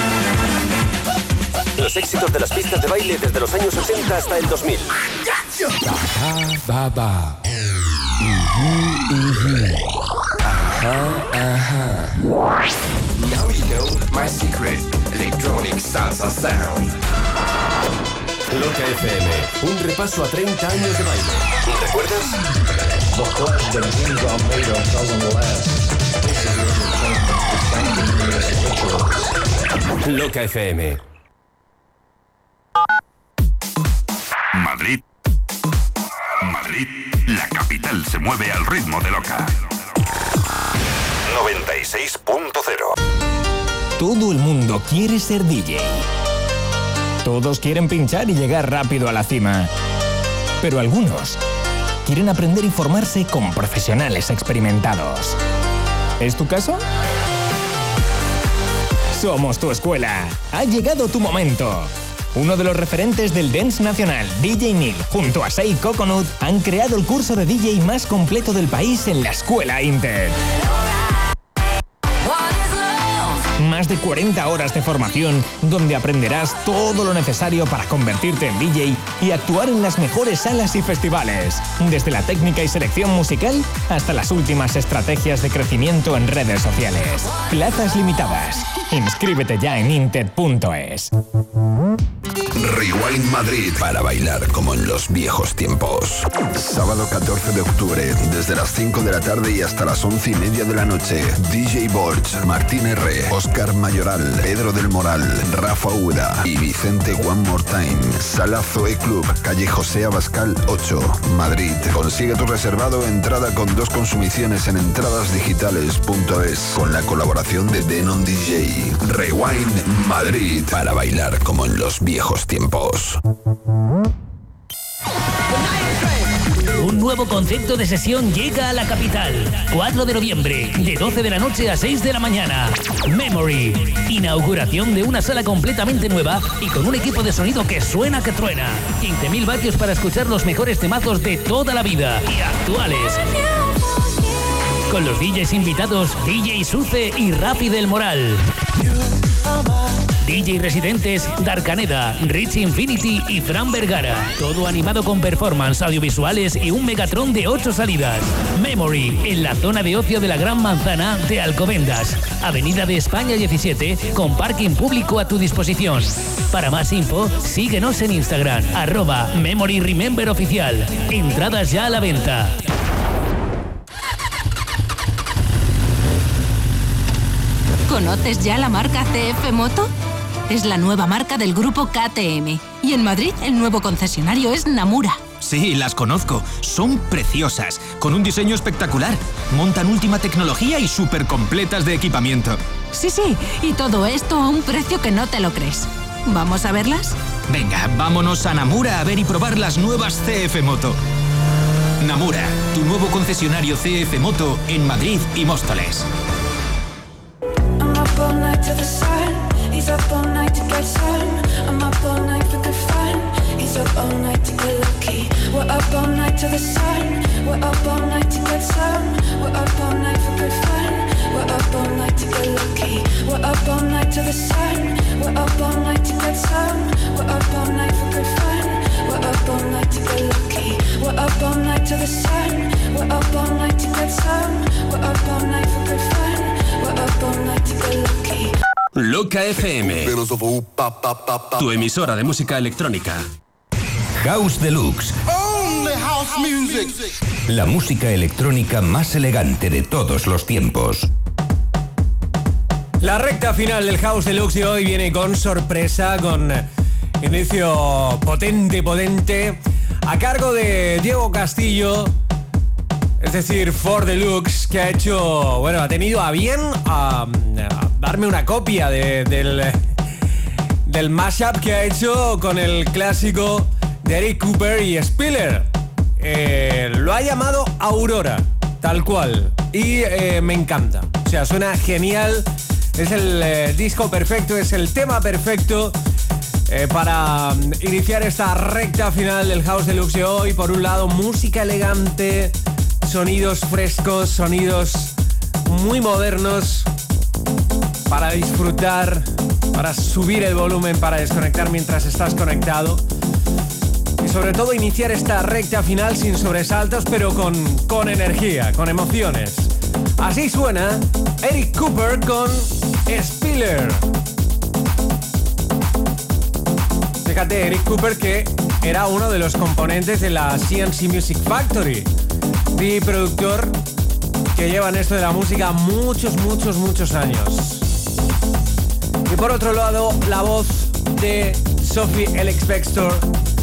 Los éxitos de las pistas de baile desde los años ochenta hasta el dos mil. Ba, ba. Uh-huh, uh-huh. Ajá, ajá. Now you know my secret electronic salsa sound. Loca F M, un repaso a treinta años de baile. ¿Recuerdas? Loca F M. Madrid. Madrid, la capital se mueve al ritmo de Loca. noventa y seis punto cero. Todo el mundo quiere ser D J. Todos quieren pinchar y llegar rápido a la cima. Pero algunos quieren aprender y formarse con profesionales experimentados. ¿Es tu caso? Somos tu escuela. Ha llegado tu momento. Uno de los referentes del dance nacional, D J Neil, junto a Say Coconut, han creado el curso de D J más completo del país en la Escuela Inter. Más de cuarenta horas de formación donde aprenderás todo lo necesario para convertirte en D J y actuar en las mejores salas y festivales. Desde la técnica y selección musical hasta las últimas estrategias de crecimiento en redes sociales. Plazas limitadas. Inscríbete ya en inted punto es. Rewind Madrid, para bailar como en los viejos tiempos. Sábado catorce de octubre, desde las cinco de la tarde y hasta las once y media de la noche. D J Borch, Martín R, Oscar Mayoral, Pedro del Moral, Rafa Uda y Vicente One More Time. Sala Zoe Club, calle José Abascal ocho, Madrid. Consigue tu reservado entrada con dos consumiciones en entradasdigitales punto es, con la colaboración de Denon D J. Rewind Madrid, para bailar como en los viejos tiempos. Un nuevo concepto de sesión llega a la capital. cuatro de noviembre, de doce de la noche a seis de la mañana. Memory. Inauguración de una sala completamente nueva y con un equipo de sonido que suena que truena. quince mil vatios para escuchar los mejores temazos de toda la vida y actuales. Con los D Js invitados D J Suce y Rafi del Moral. D J residentes Darkaneda, Rich Infinity y Fran Vergara. Todo animado con performance, audiovisuales y un Megatron de ocho salidas. Memory, en la zona de ocio de la Gran Manzana de Alcobendas. Avenida de España diecisiete, con parking público a tu disposición. Para más info, síguenos en Instagram, arroba Memory Remember Oficial. Entradas ya a la venta. ¿Conoces ya la marca C F Moto? Es la nueva marca del grupo K T M. Y en Madrid el nuevo concesionario es Namura. Sí, las conozco. Son preciosas, con un diseño espectacular. Montan última tecnología y súper completas de equipamiento. Sí, sí, y todo esto a un precio que no te lo crees. ¿Vamos a verlas? Venga, vámonos a Namura a ver y probar las nuevas C F Moto. Namura, tu nuevo concesionario C F Moto en Madrid y Móstoles. All night to the sun. He's up all night to get some. I'm up all night for good fun. He's up all night to get lucky. We're up all night to the sun. We're up all night to get some. We're up all night for good fun. We're up all night to get lucky. We're up all night to the sun. We're up all night to get some. We're up all night for good fun. We're up all night to get lucky. We're up all night to the sun. We're up all night to get some. We're up all night for good fun. We're up all night to get lucky. Loca F M, tu emisora de música electrónica. House Deluxe. Only house music. La música electrónica más elegante de todos los tiempos. La recta final del House Deluxe de hoy viene con sorpresa, con inicio potente, potente, a cargo de Diego Castillo, es decir, For Deluxe, que ha hecho, bueno, ha tenido a bien a, a darme una copia de, del, del mashup que ha hecho con el clásico de Eric Cooper y Spiller. Eh, lo ha llamado Aurora, tal cual, y eh, me encanta. O sea, suena genial, es el eh, disco perfecto, es el tema perfecto eh, para iniciar esta recta final del House Deluxe de hoy. Por un lado, música elegante, sonidos frescos, sonidos muy modernos para disfrutar, para subir el volumen, para desconectar mientras estás conectado. sobre todo iniciar esta recta final sin sobresaltos, pero con, con energía, con emociones. Así suena Eric Cooper con Spiller. Fíjate, Eric Cooper, que era uno de los componentes de la C N C Music Factory, D J productor que lleva en esto de la música muchos, muchos, muchos años. Y por otro lado, la voz de Sophie Ellis-Bextor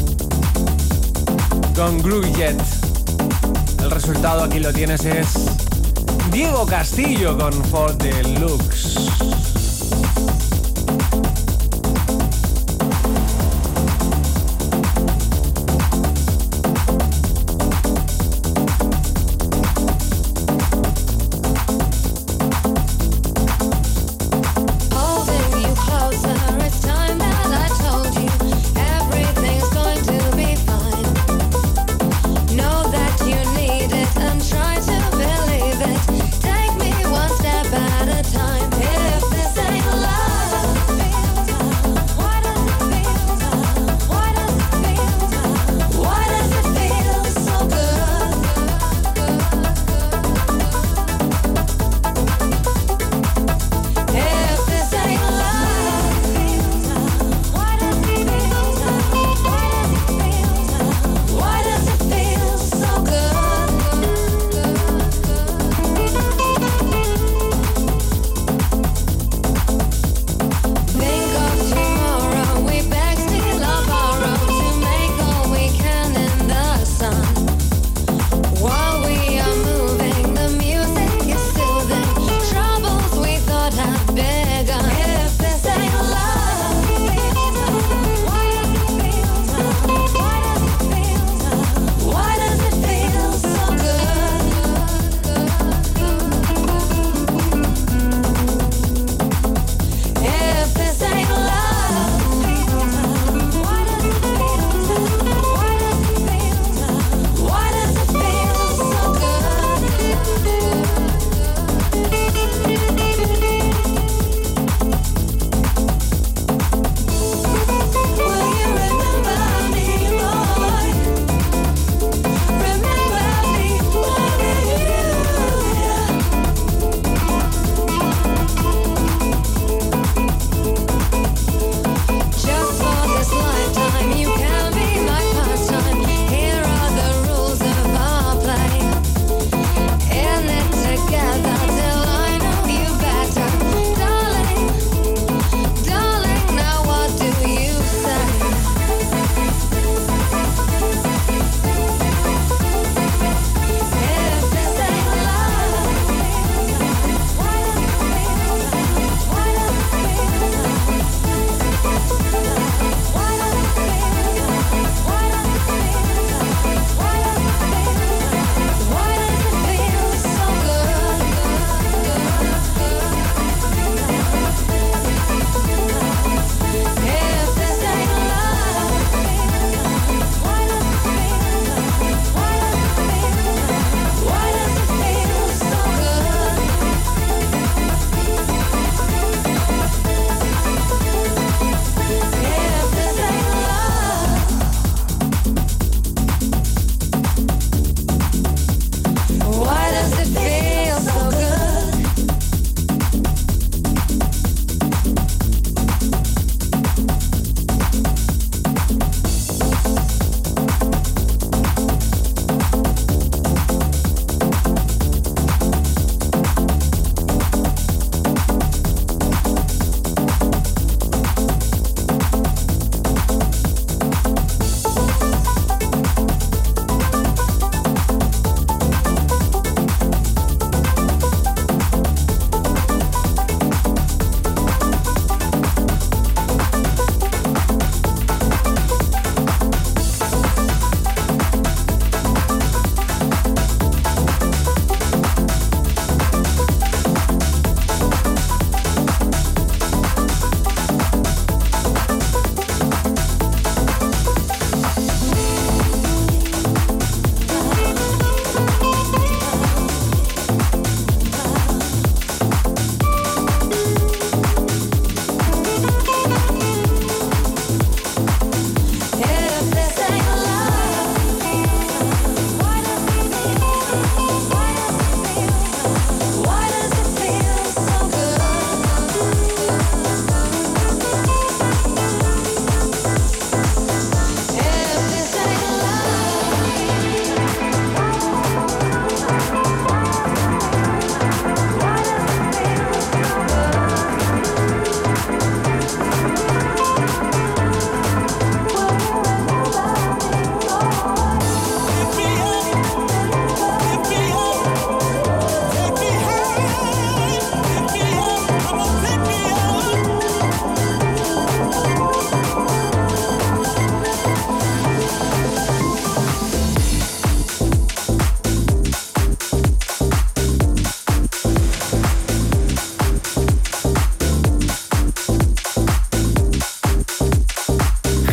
con Groovy Jet. El resultado, aquí lo tienes, es Diego Castillo con For Deluxe. Try to believe it. Take me one step at a time. If this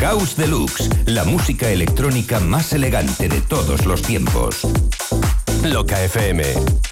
House Deluxe, la música electrónica más elegante de todos los tiempos. Loca F M.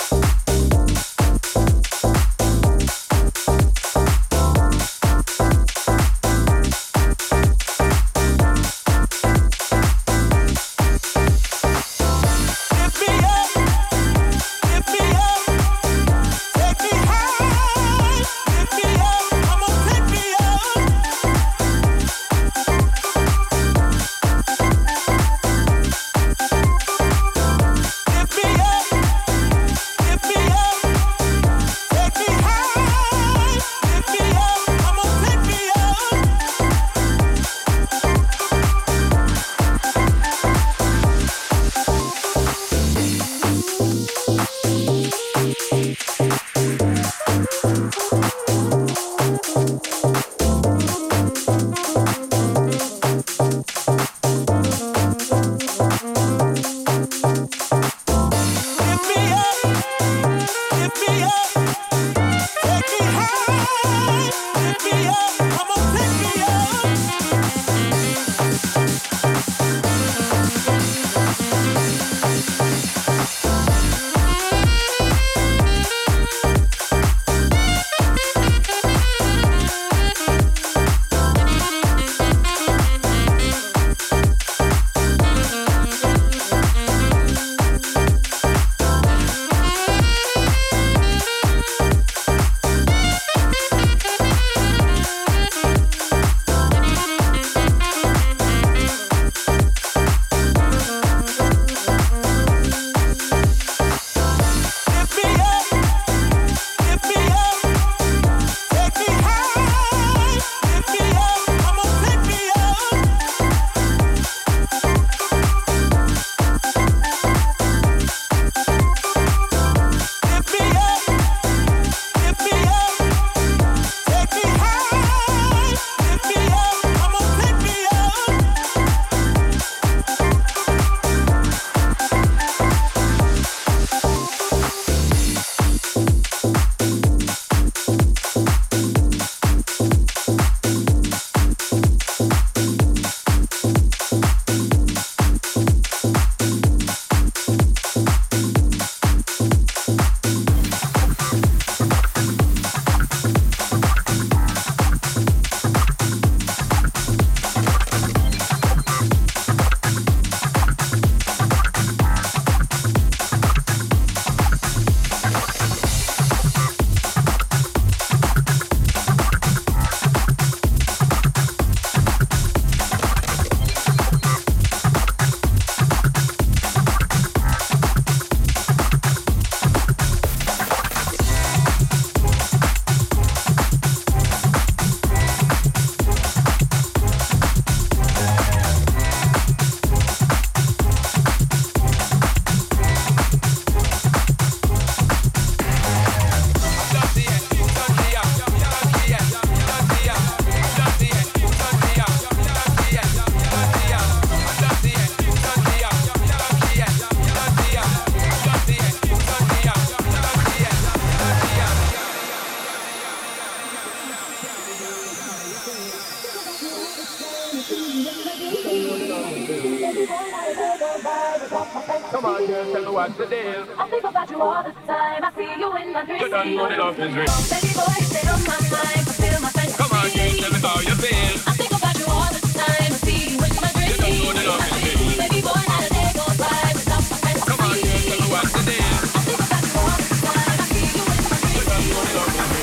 Come on, girl, tell me what's the deal. I think about you all the time. I see you in my dreams. You don't know the love is real. Baby boy, stay on my mind. Fulfill my fantasy. Come on, girl, tell me how you feel. I think about you all the time. I see you in my dreams. You don't know the love is real. Baby boy, not a day goes by without my fantasy. Come on, girl, tell me what's the deal. I think about you all the time. I see you in my dreams. You don't know the love is real.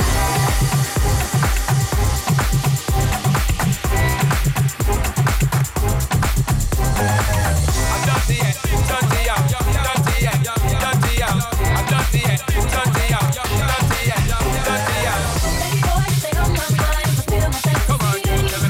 Come on, girl, tell me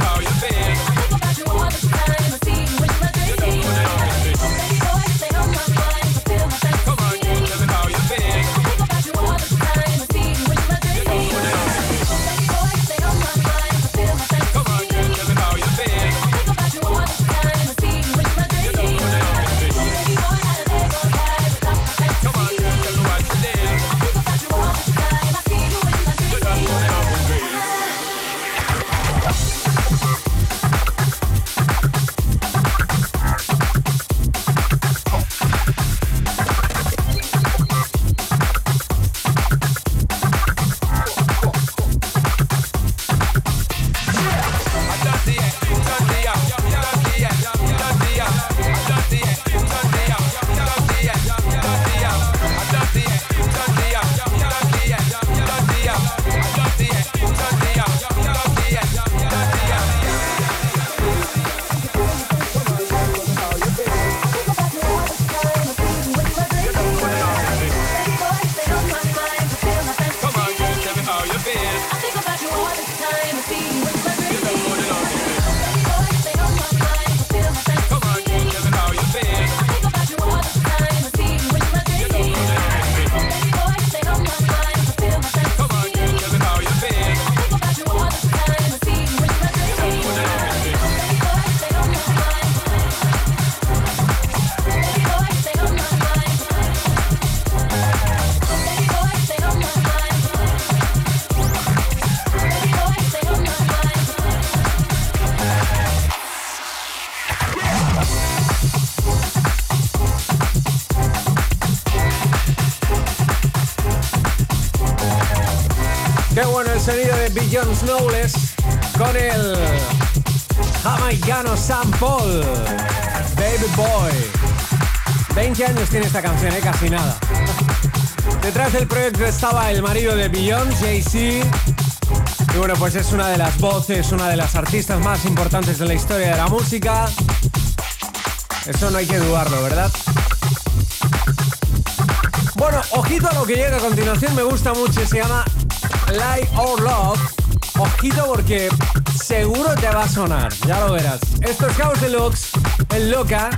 Qué bueno el sonido de Beyond Snowless con el jamaicano Sam Paul, Baby Boy. veinte años tiene esta canción, ¿eh? Casi nada. Detrás del proyecto estaba el marido de Beyond, Jay-Z. Y bueno, pues es una de las voces, una de las artistas más importantes de la historia de la música. Eso no hay que dudarlo, ¿verdad? Bueno, ojito a lo que llega a continuación, me gusta mucho, se llama Lie or Love. Ojito porque seguro te va a sonar, ya lo verás. Esto es House Deluxe, el Loca.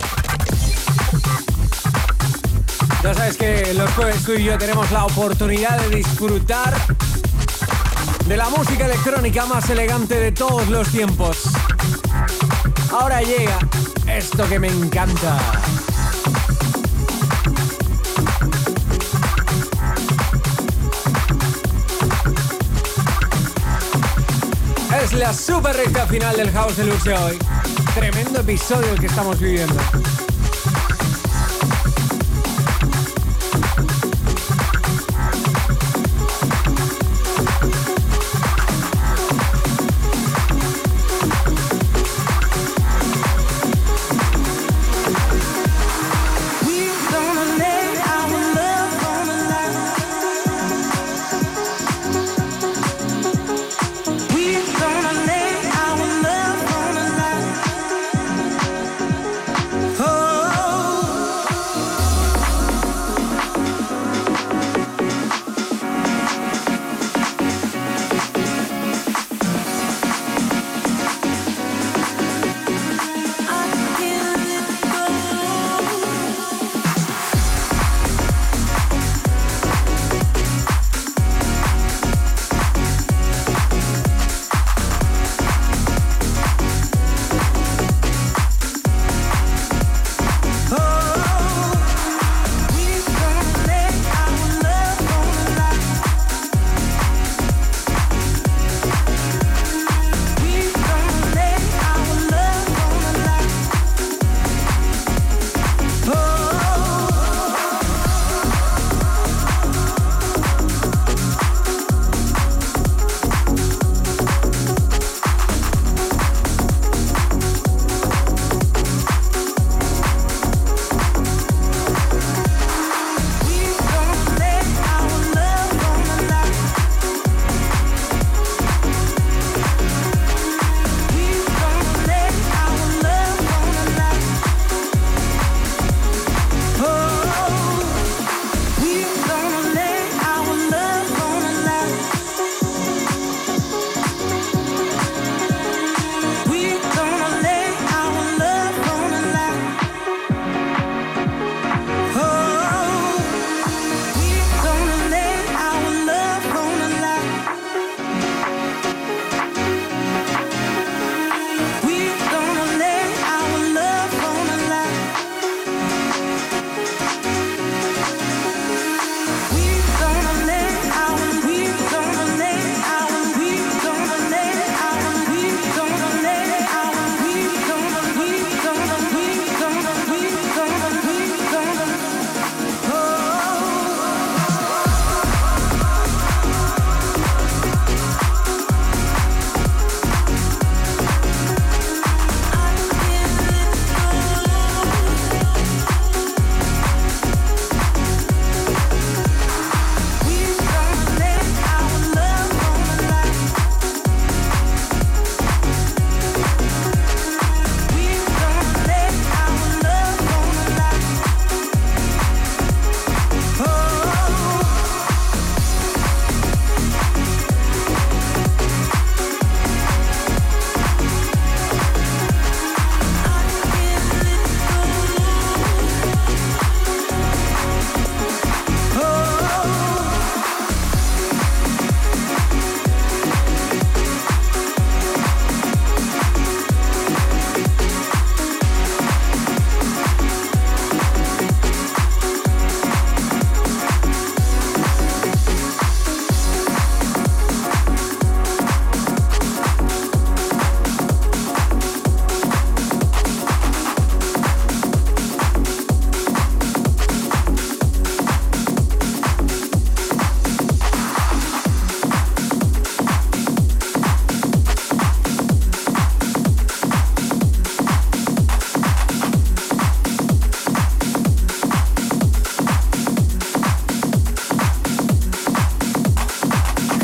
Ya sabes que los jueves tú y yo tenemos la oportunidad de disfrutar de la música electrónica más elegante de todos los tiempos. Ahora llega esto que me encanta. Es la super recta final del House Deluxe de hoy. Tremendo episodio el que estamos viviendo. Oh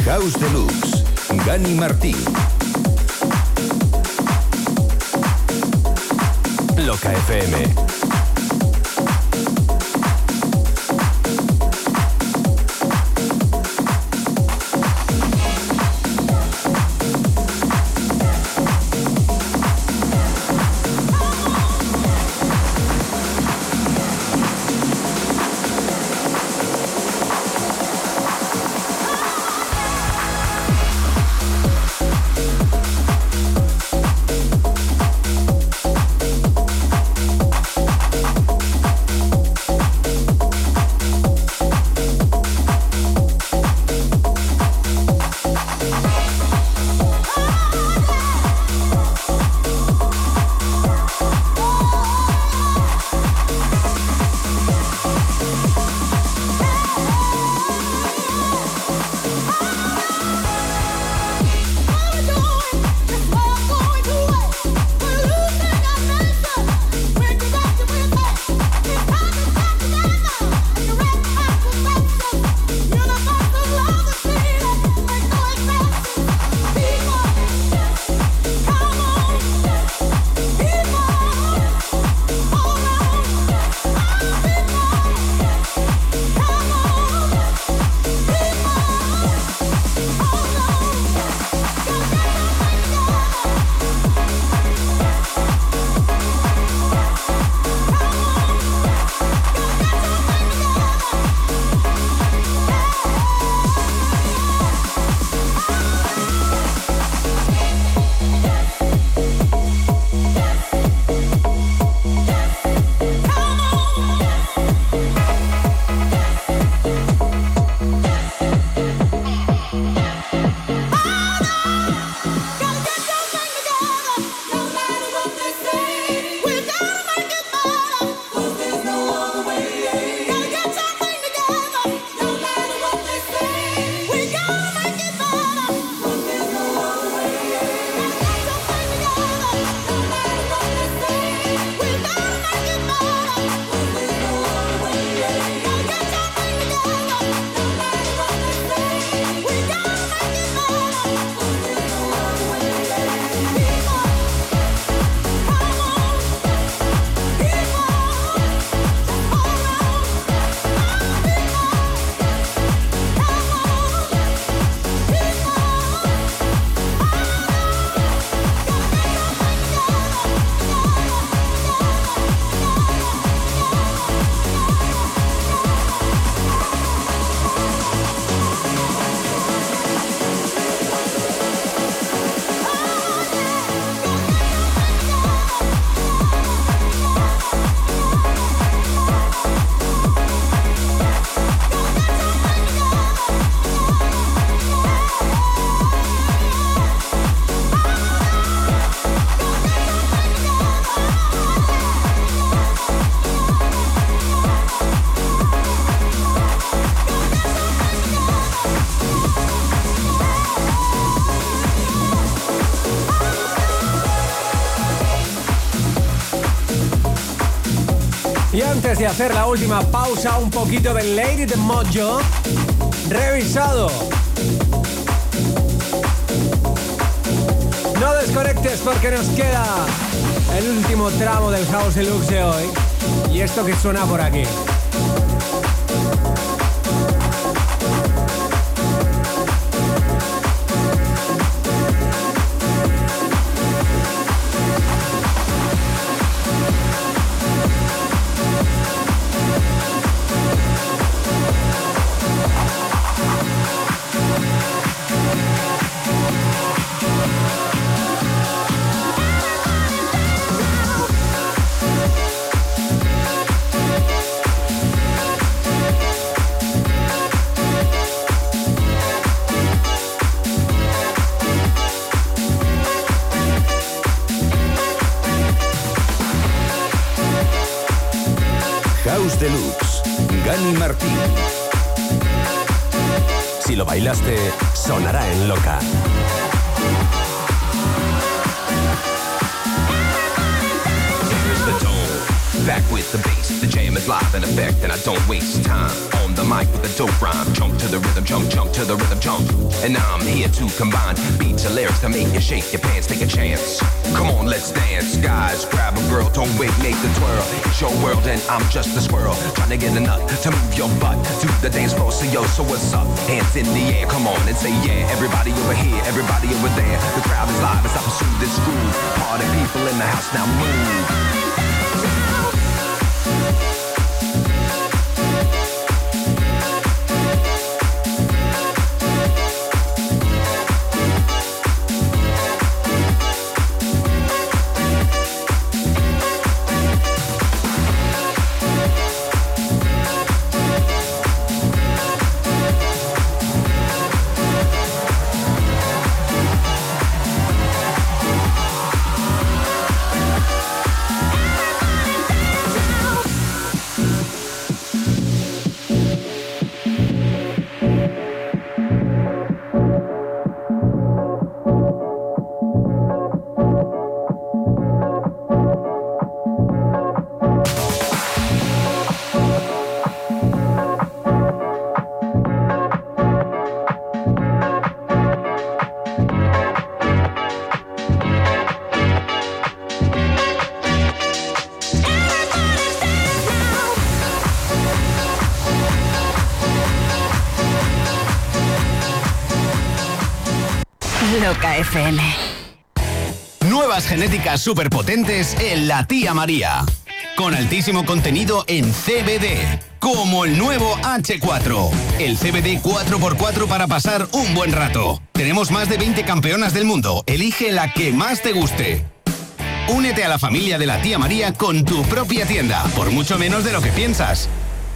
House Deluxe, Gani Martín. Loca F M. Y antes de hacer la última pausa, un poquito de Lady de Mojo revisado. No desconectes porque nos queda el último tramo del House Deluxe de hoy. Y esto que suena por aquí. House Deluxe, Gani Martín. Si lo bailaste, sonará en Loca. Here's the tone, back with the bass. The jam is live in effect and I don't waste time. On the mic with a dope rhyme. Jump to the rhythm, jump, jump to the rhythm, jump. And I'm here to combine beats and lyrics to make you shake your pants, take a chance. Come on, let's dance. Guys, grab a girl, don't wait, make the twirl. It's your world and I'm just a squirrel. Trying to get a nut to move your butt to the dance floor. So yo, so what's up? Hands in the air, come on and say yeah. Everybody over here, everybody over there. The crowd is live as I pursue this groove. Party people in the house, now move. Loca F M. Nuevas genéticas superpotentes en la Tía María. Con altísimo contenido en C B D. Como el nuevo H cuatro. El C B D cuatro por cuatro para pasar un buen rato. Tenemos más de veinte campeonas del mundo. Elige la que más te guste. Únete a la familia de la Tía María con tu propia tienda. Por mucho menos de lo que piensas.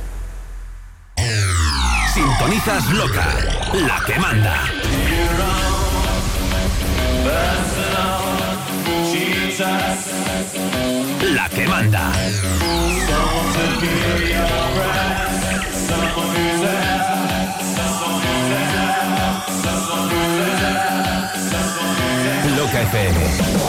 Sintonizas Loca, la que manda. La que manda. Loca F M.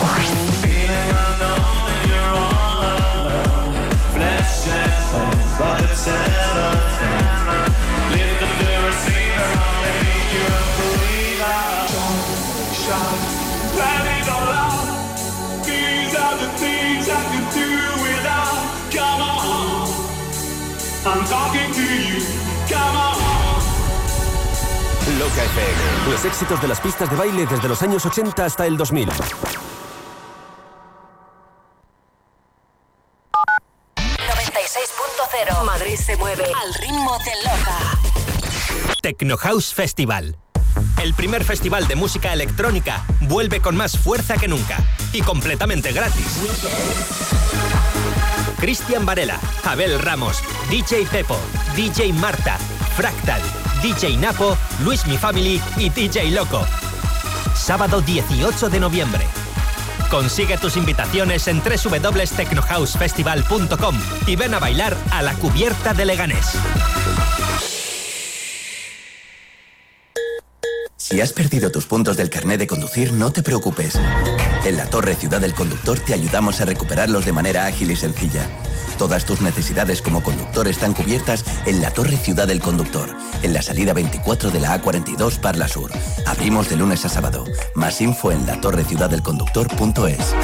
I'm talking to you, come on. Loca F M. Los éxitos de las pistas de baile desde los años ochenta hasta el dos mil. noventa y seis punto cero. Madrid se mueve al ritmo de Loca. Techno House Festival. El primer festival de música electrónica vuelve con más fuerza que nunca y completamente gratis. Cristian Varela, Abel Ramos, D J Pepo, D J Marta, Fractal, D J Napo, Luis Mi Family y D J Loco. Sábado dieciocho de noviembre. Consigue tus invitaciones en doble u doble u doble u punto techno house festival punto com y ven a bailar a la cubierta de Leganés. Si has perdido tus puntos del carné de conducir, no te preocupes. En la Torre Ciudad del Conductor te ayudamos a recuperarlos de manera ágil y sencilla. Todas tus necesidades como conductor están cubiertas en la Torre Ciudad del Conductor, en la salida veinticuatro de la A cuarenta y dos Parla Sur. Abrimos de lunes a sábado. Más info en la torre ciudad del conductor punto es.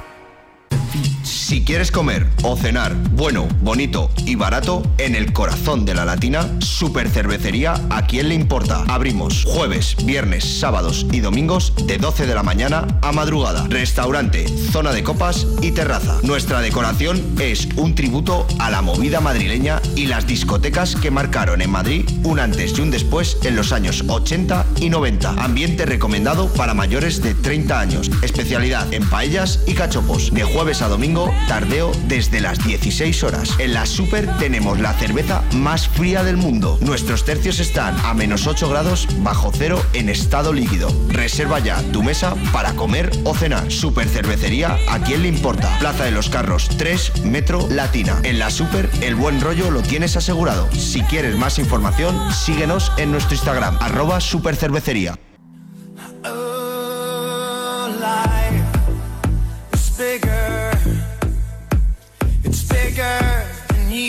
Si quieres comer o cenar bueno, bonito y barato, en el corazón de la Latina, Super Cervecería, ¿a quién le importa? Abrimos jueves, viernes, sábados y domingos de doce de la mañana a madrugada. Restaurante, zona de copas y terraza. Nuestra decoración es un tributo a la movida madrileña y las discotecas que marcaron en Madrid un antes y un después en los años ochenta y noventa. Ambiente recomendado para mayores de treinta años. Especialidad en paellas y cachopos. De jueves a domingo, tardeo desde las dieciséis horas. En la Super tenemos la cerveza más fría del mundo. Nuestros tercios están a menos ocho grados bajo cero en estado líquido. Reserva ya tu mesa para comer o cenar. Super Cervecería, ¿a quién le importa? Plaza de los Carros tres, Metro Latina. En la Super, el buen rollo lo tienes asegurado. Si quieres más información, síguenos en nuestro Instagram, arroba supercervecería. Bigger, it's bigger than you.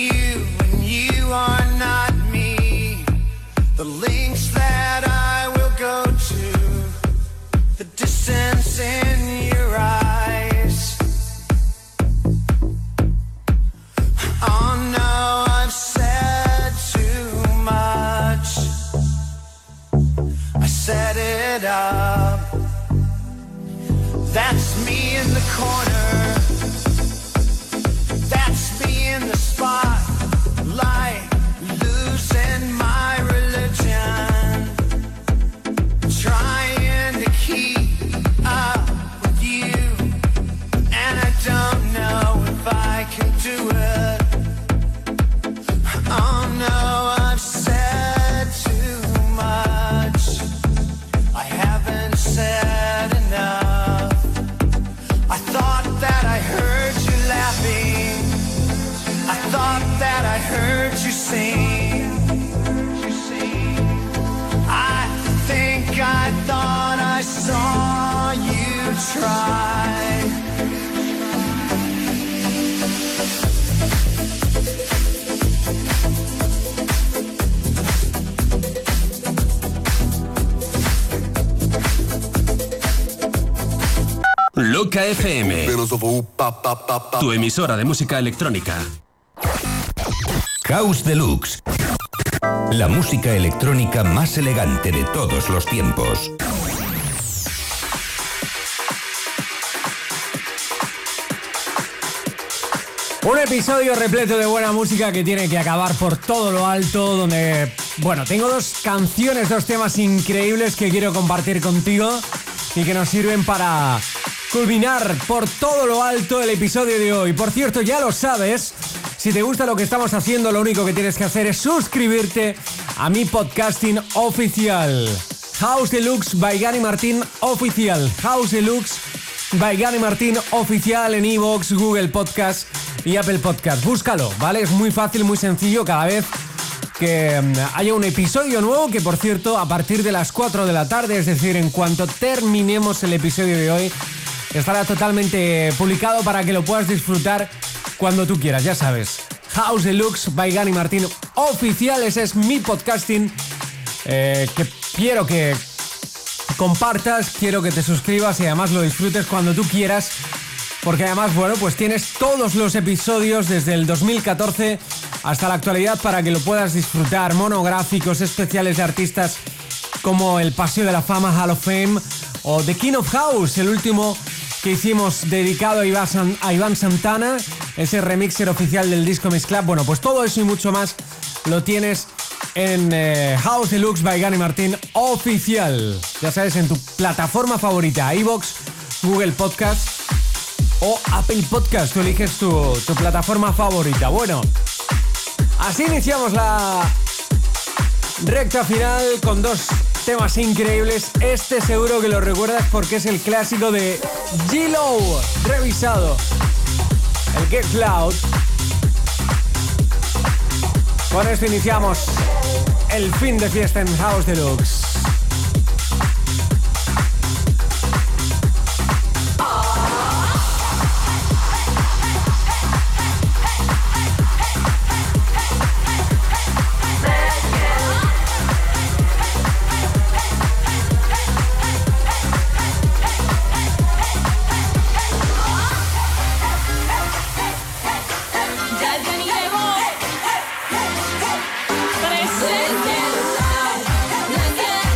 the links that I will go to, the distance in your eyes. Oh no, I've said too much. I set it up. That's me in the corner. That's me in the spotlight, losing my religion, trying to keep up with you, and I don't know if I can do it. Oh no, I've said too much. I haven't said enough. I thought that I heard you laughing. I thought that I heard you sing. I think I thought I saw you try. Loca F M, tu emisora de música electrónica. House Deluxe, la música electrónica más elegante de todos los tiempos. Un episodio repleto de buena música que tiene que acabar por todo lo alto, donde, bueno, tengo dos canciones, dos temas increíbles que quiero compartir contigo y que nos sirven para culminar por todo lo alto el episodio de hoy. Por cierto, ya lo sabes, si te gusta lo que estamos haciendo, lo único que tienes que hacer es suscribirte a mi podcasting oficial. House Deluxe by Gani Martín Oficial. House Deluxe by Gani Martín Oficial en iVoox, Google Podcast y Apple Podcast. Búscalo, ¿vale? Es muy fácil, muy sencillo. Cada vez que haya un episodio nuevo, que por cierto, a partir de las cuatro de la tarde, es decir, en cuanto terminemos el episodio de hoy, estará totalmente publicado para que lo puedas disfrutar cuando tú quieras, ya sabes. House Deluxe by Gani Martín Oficial, ese es mi podcasting eh, que quiero que compartas, quiero que te suscribas y además lo disfrutes cuando tú quieras, porque además, bueno, pues tienes todos los episodios desde el dos mil catorce hasta la actualidad para que lo puedas disfrutar, monográficos especiales de artistas como el Paseo de la Fama, Hall of Fame, o The King of House, el último que hicimos dedicado a Iván, San, a Iván Santana, ese remixer oficial del disco Mix Club. Bueno, pues todo eso y mucho más lo tienes en eh, House Deluxe by Gani Martín Oficial. Ya sabes, en tu plataforma favorita, iVoox, Google Podcast o Apple Podcast. Tú eliges tu, tu plataforma favorita. Bueno, así iniciamos la recta final con dos temas increíbles. Este seguro que lo recuerdas porque es el clásico de G-Lo revisado, el Get Loud. Con esto iniciamos el fin de fiesta en House Deluxe. Presente,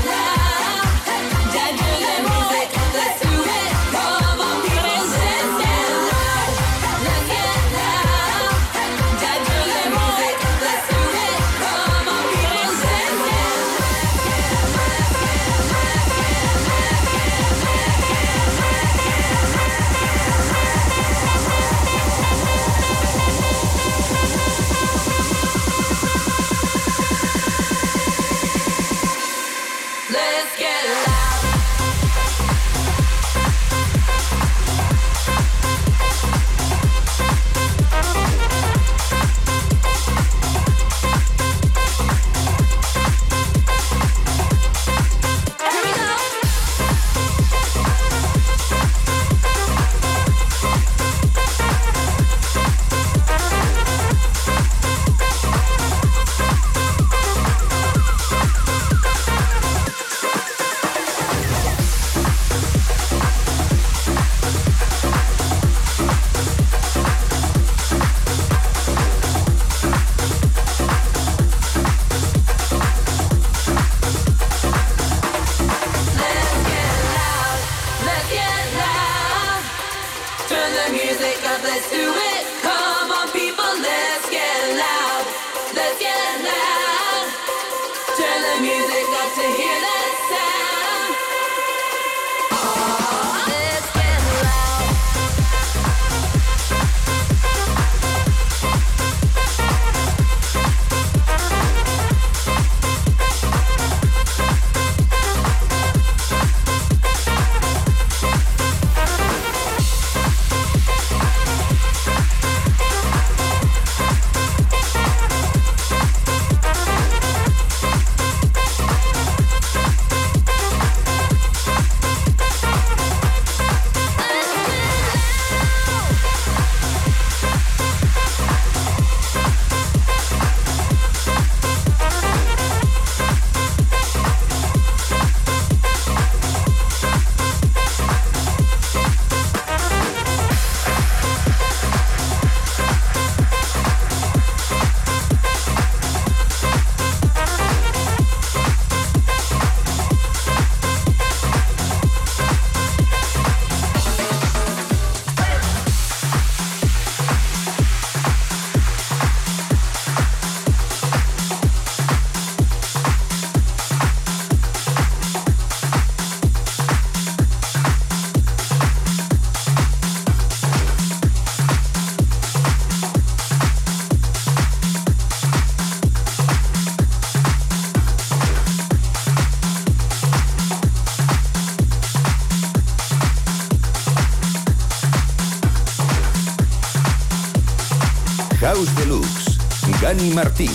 House Deluxe, Gani Martín.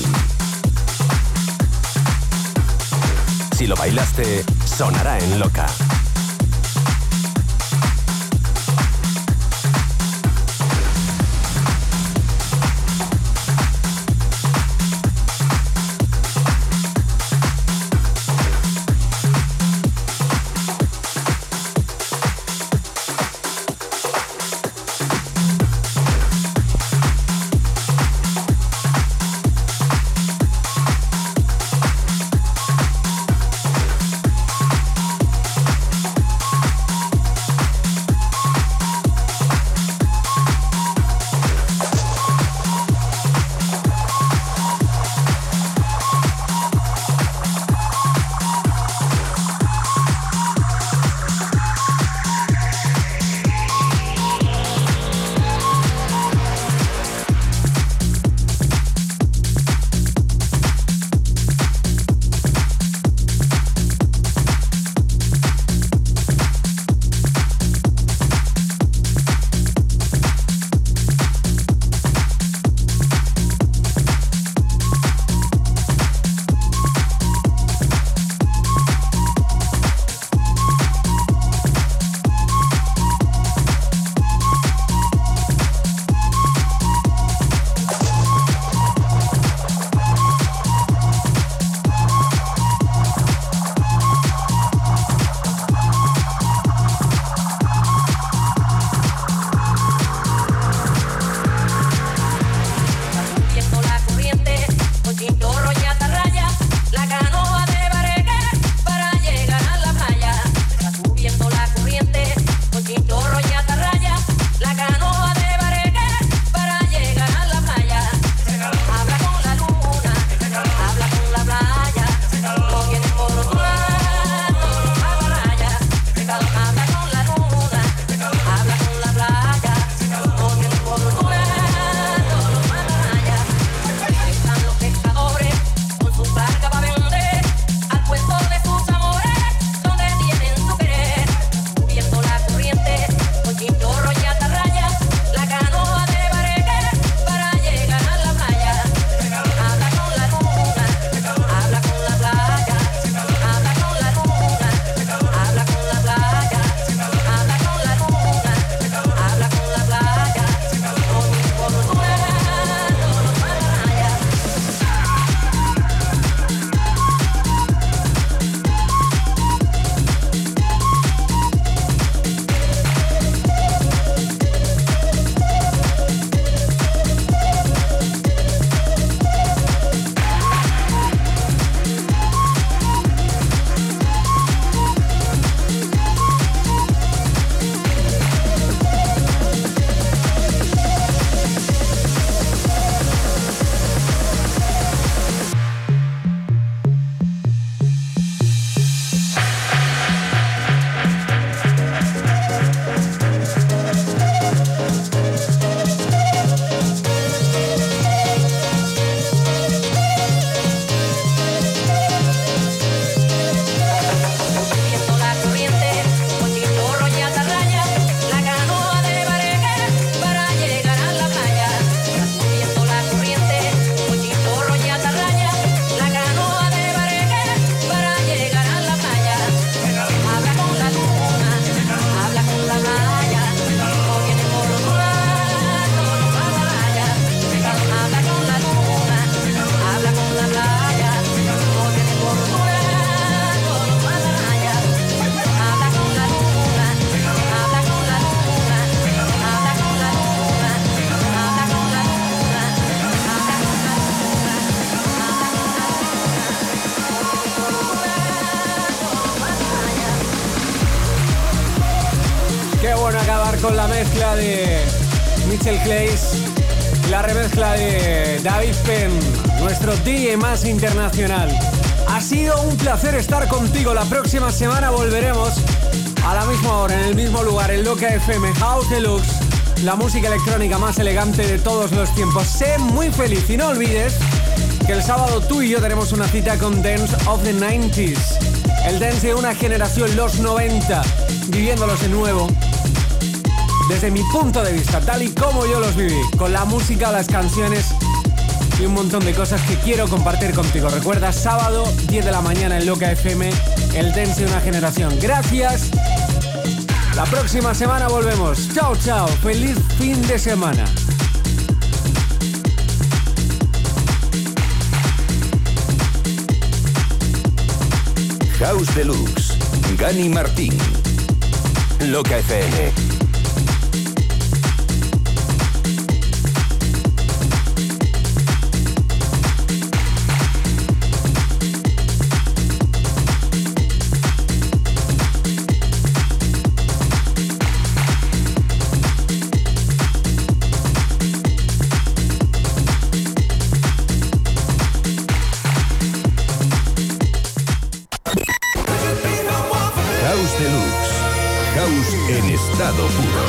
Si lo bailaste, sonará en Loca. con la mezcla de Mitchell Clays, la remezcla de David Penn, nuestro D J más internacional. Ha sido un placer estar contigo. La próxima semana volveremos a la misma hora, en el mismo lugar, en Loca F M, House Deluxe, la música electrónica más elegante de todos los tiempos. Sé muy feliz y no olvides que el sábado tú y yo tenemos una cita con Dance of the noventa, el dance de una generación, los noventa, viviéndolos de nuevo. desde mi punto de vista, tal y como yo los viví, con la música, las canciones y un montón de cosas que quiero compartir contigo. Recuerda, sábado, diez de la mañana en Loca F M, el dance de una generación. Gracias. La próxima semana volvemos. Chao, chao. Feliz fin de semana. House Deluxe, Gani Martín. Loca F M. En estado puro.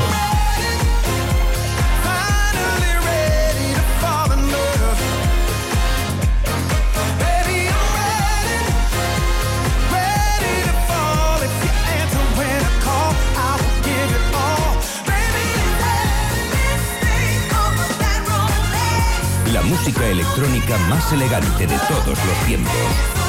La música electrónica más elegante de todos los tiempos.